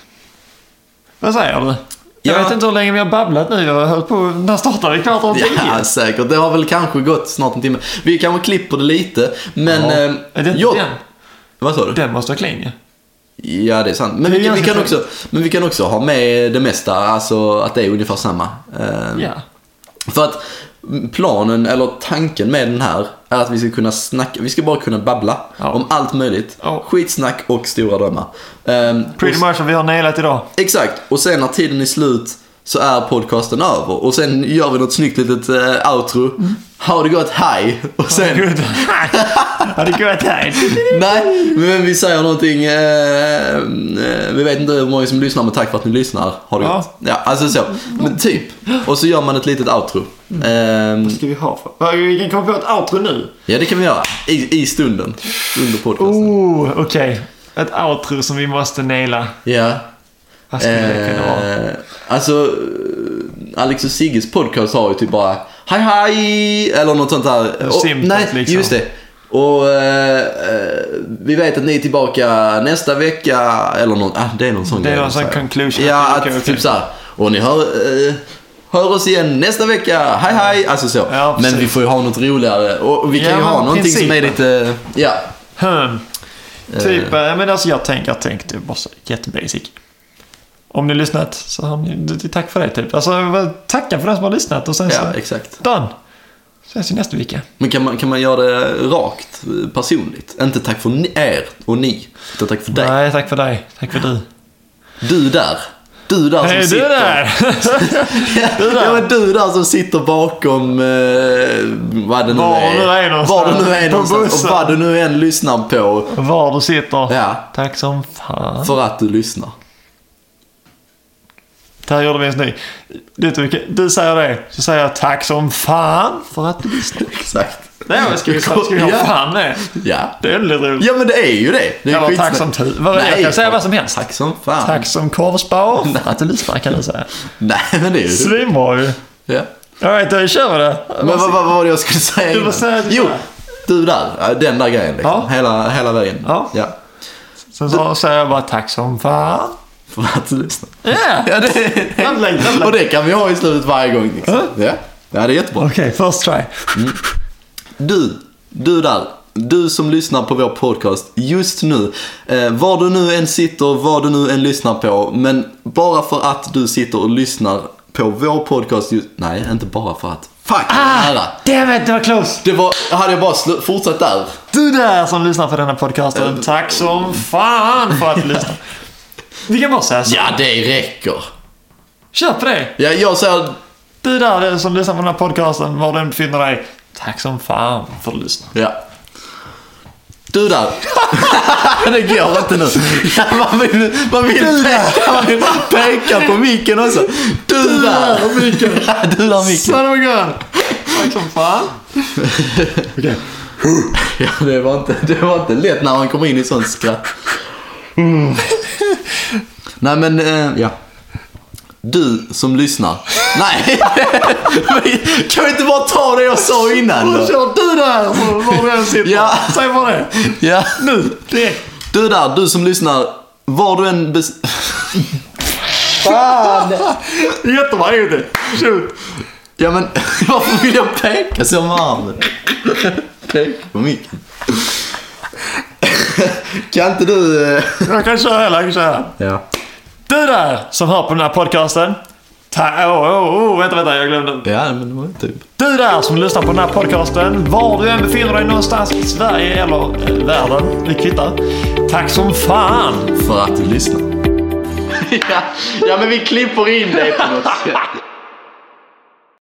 Vad säger du? Jag Ja. vet inte hur länge vi har babblat nu. Jag har hållit på, när startade vi kvart om tio? Ja, säkert. Det har väl kanske gått snart en timme. Vi kanske klipper det lite. Men... Ja. Eh, Är det inte jag- den? Vad sa du? Den måste vara clean ju. Ja, det är sant. Men Det är vi, kan- vi, ganska kan också, men vi kan också ha med det mesta. Alltså att det är ungefär samma. Eh, Ja. För att planen, eller tanken med den här är att vi ska kunna snacka, vi ska bara kunna babbla Ja. om allt möjligt. Ja. Skitsnack och stora drömmar. Um, Pretty much vad vi har nailat idag. Exakt, och sen när tiden är slut så är podcasten över. Och sen gör vi något snyggt litet uh, outro. Mm. Ha det gott, hej! Och sen... Good. Har det gått här? Nej, men vi säger någonting. Eh, eh, vi vet inte hur många som lyssnar, men tack för att ni lyssnar. Har det Ja. gått? Ja, alltså så. Men typ. Och så gör man ett litet outro. Eh, Vad ska vi ha för? Vi kan komma på ett outro nu. ja, det kan vi göra. I, i stunden. Under podcasten. Oh, okej. Okay. Ett outro som vi måste naila. Ja. Vad skulle det kunna vara? Eh, alltså, Alex och Sigges podcast har ju typ bara hej hej eller något sånt där. Och, Simpelt, nej, liksom. just det. Och eh, eh, vi vet att ni är tillbaka nästa vecka eller något. Ah, det är någon sån Det är grej någon de sån säger. conclusion. Ja, Okej, att, okej, okej. typ så här. Och ni hör eh, hör oss igen nästa vecka. Hej hej. Alltså så. Ja, precis. Men vi får ju ha något roligare och vi kan Ja, ju men ha någonting som är principen. lite ja. Hmm. Typ, eh, men alltså jag tänker, jag tänkte bara så jättebasic. Om ni lyssnat så har ni, det- tack för det typ. Alltså tacka för den som har lyssnat och sen Ja, så, exakt. done. Ses vi nästa vecka. Men kan man, kan man göra det rakt, personligt? Inte tack för ni, er och ni, utan tack för dig. Nej, tack för dig. Tack för du. Du där. Du där Hej som du sitter. där! Du där. Ja, men du där som sitter bakom eh, vad det nu Var är. du nu är någonstans. Var du nu är På någonstans. bussen. Och vad du nu än lyssnar på. Var du sitter. Ja, Tack som fan. för att du lyssnar. Det här gjorde vi en ny. Du, du, du säger det, så säger jag tack som fan för att du lyssnar. Exakt. Nej, men ska vi, ska vi ha Ja. fan med? Ja. Det är väldigt roligt. Ja, men det är ju det. Det är Eller skitsnällt. tack som tu. Vad, jag Nej, kan säga vad som helst. Tack som fan. Tack som korvspar för att du lyssnar kan du säga. Nej, men det är ju det. Svinbra ju. Ja. Jag vet, jag kör det. Men vad, vad, vad var det jag skulle säga Du var innan? säga- Jo, du där. Ja, den där grejen liksom. Ja. Hela, hela vägen. Ja. Ja. Sen så säger jag bara tack som fan. För att du lyssnar. Ja. Ja, det, Jävla, jävla. och det kan vi ha i slutet varje gång. Liksom. Ja. Ja, det är jättebra. Okej, first try. Du, du där. Du som lyssnar på vår podcast just nu. Eh, var du nu än sitter, vad du nu än lyssnar på. Men bara för att du sitter och lyssnar på vår podcast just... Nej, inte bara för att. Fuck, Ah, nära. damn it, det var close. Det var... Hade jag bara slu- fortsatt där. Du där som lyssnar på denna podcasten, tack som fan för att du lyssnar. Vi kan bara säga så. Ja, det räcker. Kör på det. Ja, jag säger... Du där som lyssnar på den här podcasten, var du än befinner dig, tack som fan för att du lyssnar. Ja. Du där. Det går inte nu. Ja, man vill, man vill peka, man vill peka på micken också. Du, du där. där, micken. Ja, du där micken. Son of a gun. Tack som fan. Okej. Ja, det var inte, det var inte lätt när man kommer in i sån skratt. Nej, men eh, ja. Du som lyssnar. Nej. Kan vi inte bara ta det jag sa innan då? Kör du där var du än sitter. Ja. Säg bara det. Ja. Nu, direkt. Du där, du som lyssnar. Var du än bes... Fan. Jättebra gjort det. Shoot. Ja, men varför vill jag peka så med armen? Peka på micken. Kan inte du... eh, Jag kan köra hela, jag kan köra. Ja. Du där som hör på den här podcasten. Ta- oh, oh, oh, vänta, vänta, jag glömde. Ja, men det var typ... Du där som lyssnar på den här podcasten, var du än befinner dig någonstans i Sverige eller eh, världen, vi kvittar. Tack som fan. För att du lyssnar. Ja, ja, men vi klipper in det på något sätt.